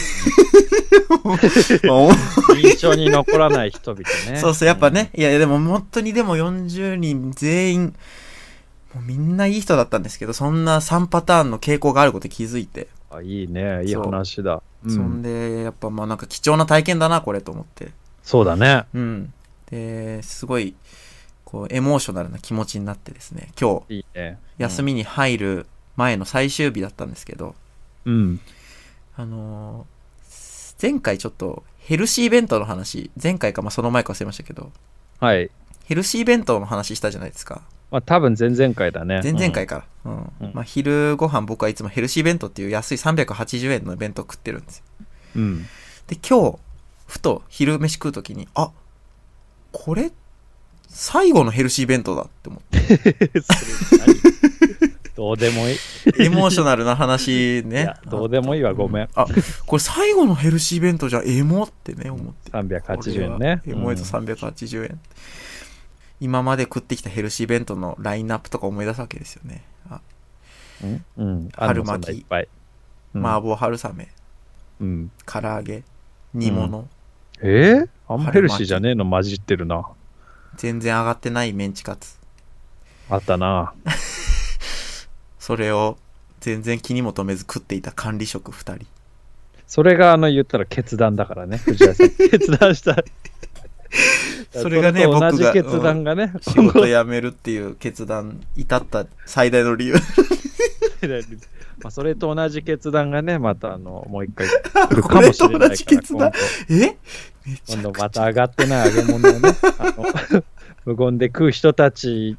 Speaker 2: 印象に残らない人々ね。
Speaker 1: そうそうやっぱね、うん、いやでも本当にでもよんじゅうにん全員もうみんないい人だったんですけど、そんなさんパターンの傾向があることに気づいて。
Speaker 2: あ、いいね、いい話だ。
Speaker 1: そ, うん、そんでやっぱまあなんか貴重な体験だなこれと思って。
Speaker 2: そうだね。
Speaker 1: うん。ですごいこうエモーショナルな気持ちになってですね、今日いい、ね、うん、休みに入る前の最終日だったんですけど、
Speaker 2: うん、
Speaker 1: あのー、前回ちょっとヘルシー弁当の話、前回かまあその前か忘れましたけど、
Speaker 2: はい、
Speaker 1: ヘルシー弁当の話したじゃないですか。
Speaker 2: まあ多分前々回だね。
Speaker 1: 前々回か、うんうんうん、まあ、昼ご飯僕はいつもヘルシー弁当っていう安いさんびゃくはちじゅうえんの弁当食ってるんですよ、
Speaker 2: うん、
Speaker 1: で今日ふと昼飯食うときに、あ、これ最後のヘルシー弁当だって思ってそれ
Speaker 2: どうでもいい
Speaker 1: エモーショナルな話ね。いや
Speaker 2: どうでもいいわ、ごめん。
Speaker 1: あ、これ最後のヘルシー弁当じゃエモってね思って、
Speaker 2: さんびゃくはちじゅうえんね。
Speaker 1: エモいとさんびゃくはちじゅうえん、うん、今まで食ってきたヘルシー弁当のラインナップとか思い出すわけですよね。あ、
Speaker 2: うんうん、
Speaker 1: 春巻き、
Speaker 2: うん、
Speaker 1: 麻婆春雨、
Speaker 2: うん、
Speaker 1: 唐揚げ、煮物、うん、
Speaker 2: えー、あんまヘルシーじゃねえの混じってるな。
Speaker 1: 全然上がってないメンチカツ
Speaker 2: あったな
Speaker 1: それを全然気にも留めず食っていた管理職ふたり。
Speaker 2: それがあの言ったら決断だからね、藤原さん決断した
Speaker 1: それがね、
Speaker 2: 僕が同じ決断がね、
Speaker 1: うん、仕事辞めるっていう決断至った最大の理由
Speaker 2: まあそれと同じ決断がね、またあのもう一回来るかもしれないから今度
Speaker 1: え
Speaker 2: 今度また上がってない揚げ物をねあの無言で食う人たち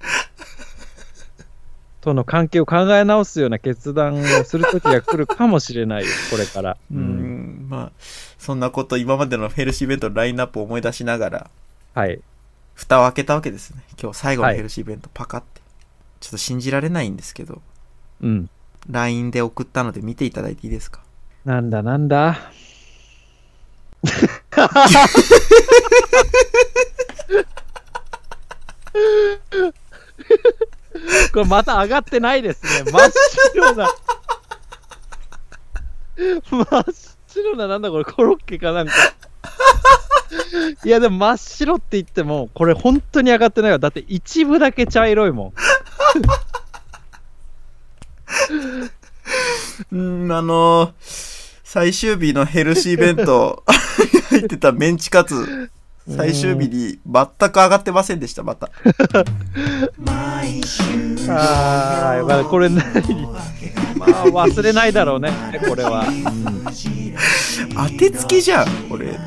Speaker 2: との関係を考え直すような決断をする時が来るかもしれないよこれから。
Speaker 1: うん、うん、まあそんなこと今までのヘルシー弁当のラインナップを思い出しながら、
Speaker 2: はい、
Speaker 1: 蓋を開けたわけですね。今日最後のヘルシー弁当パカって、はい、ちょっと信じられないんですけど、
Speaker 2: うん、
Speaker 1: ライン で送ったので見ていただいていいですか。
Speaker 2: なんだなんだこれまた上がってないですね。真っ白な真っ白な、なんだこれ、コロッケかなんかいやでも真っ白って言ってもこれ本当に上がってないわ。だって一部だけ茶色いも
Speaker 1: んうん、あのー、最終日のヘルシー弁当入ってたメンチカツ最終日に全く上がってませんでした。また
Speaker 2: ああ、まあ、これ何まあ忘れないだろうねこれは、うん、
Speaker 1: 当てつけじゃんこれ。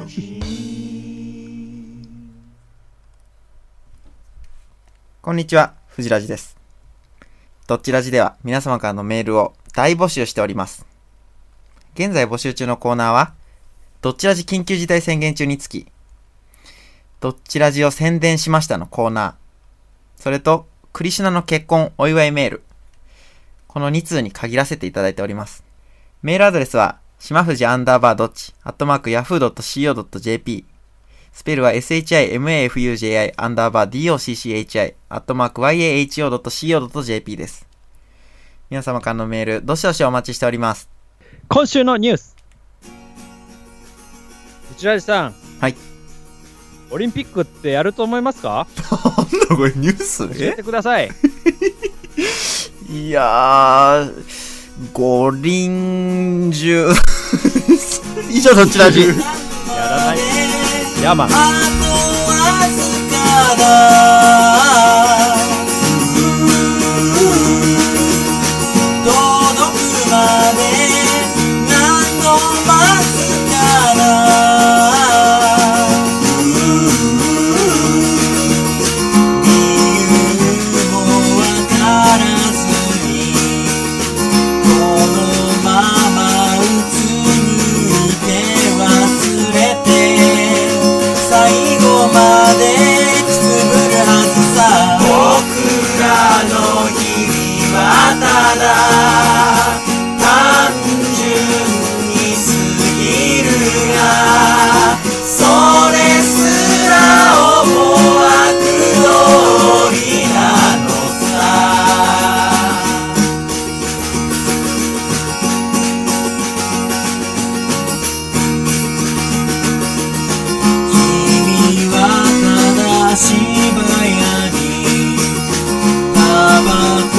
Speaker 1: こんにちは、藤ラジです。どっちラジでは皆様からのメールを大募集しております。現在募集中のコーナーはどっちラジ緊急事態宣言中につきどっちラジを宣伝しましたのコーナー、それとクリシュナの結婚お祝いメール、このに通に限らせていただいております。メールアドレスはしまふじアンダーバーどっちアットマークヤフードットシーオードットジェーピー、 スペルは シマフジアンダーバー ドッチアットマークワイエーエイチオードットシーオードットジェーピー です。皆様からのメールどしどしお待ちしております。
Speaker 2: 今週のニュース、内ラジさん、
Speaker 1: はい、
Speaker 2: オリンピックってやると思いますか？
Speaker 1: なんだこれニュース？
Speaker 2: 教えてください。
Speaker 1: いやー、五輪中以上どっちラジ。や
Speaker 2: らない。ヤマン。
Speaker 3: は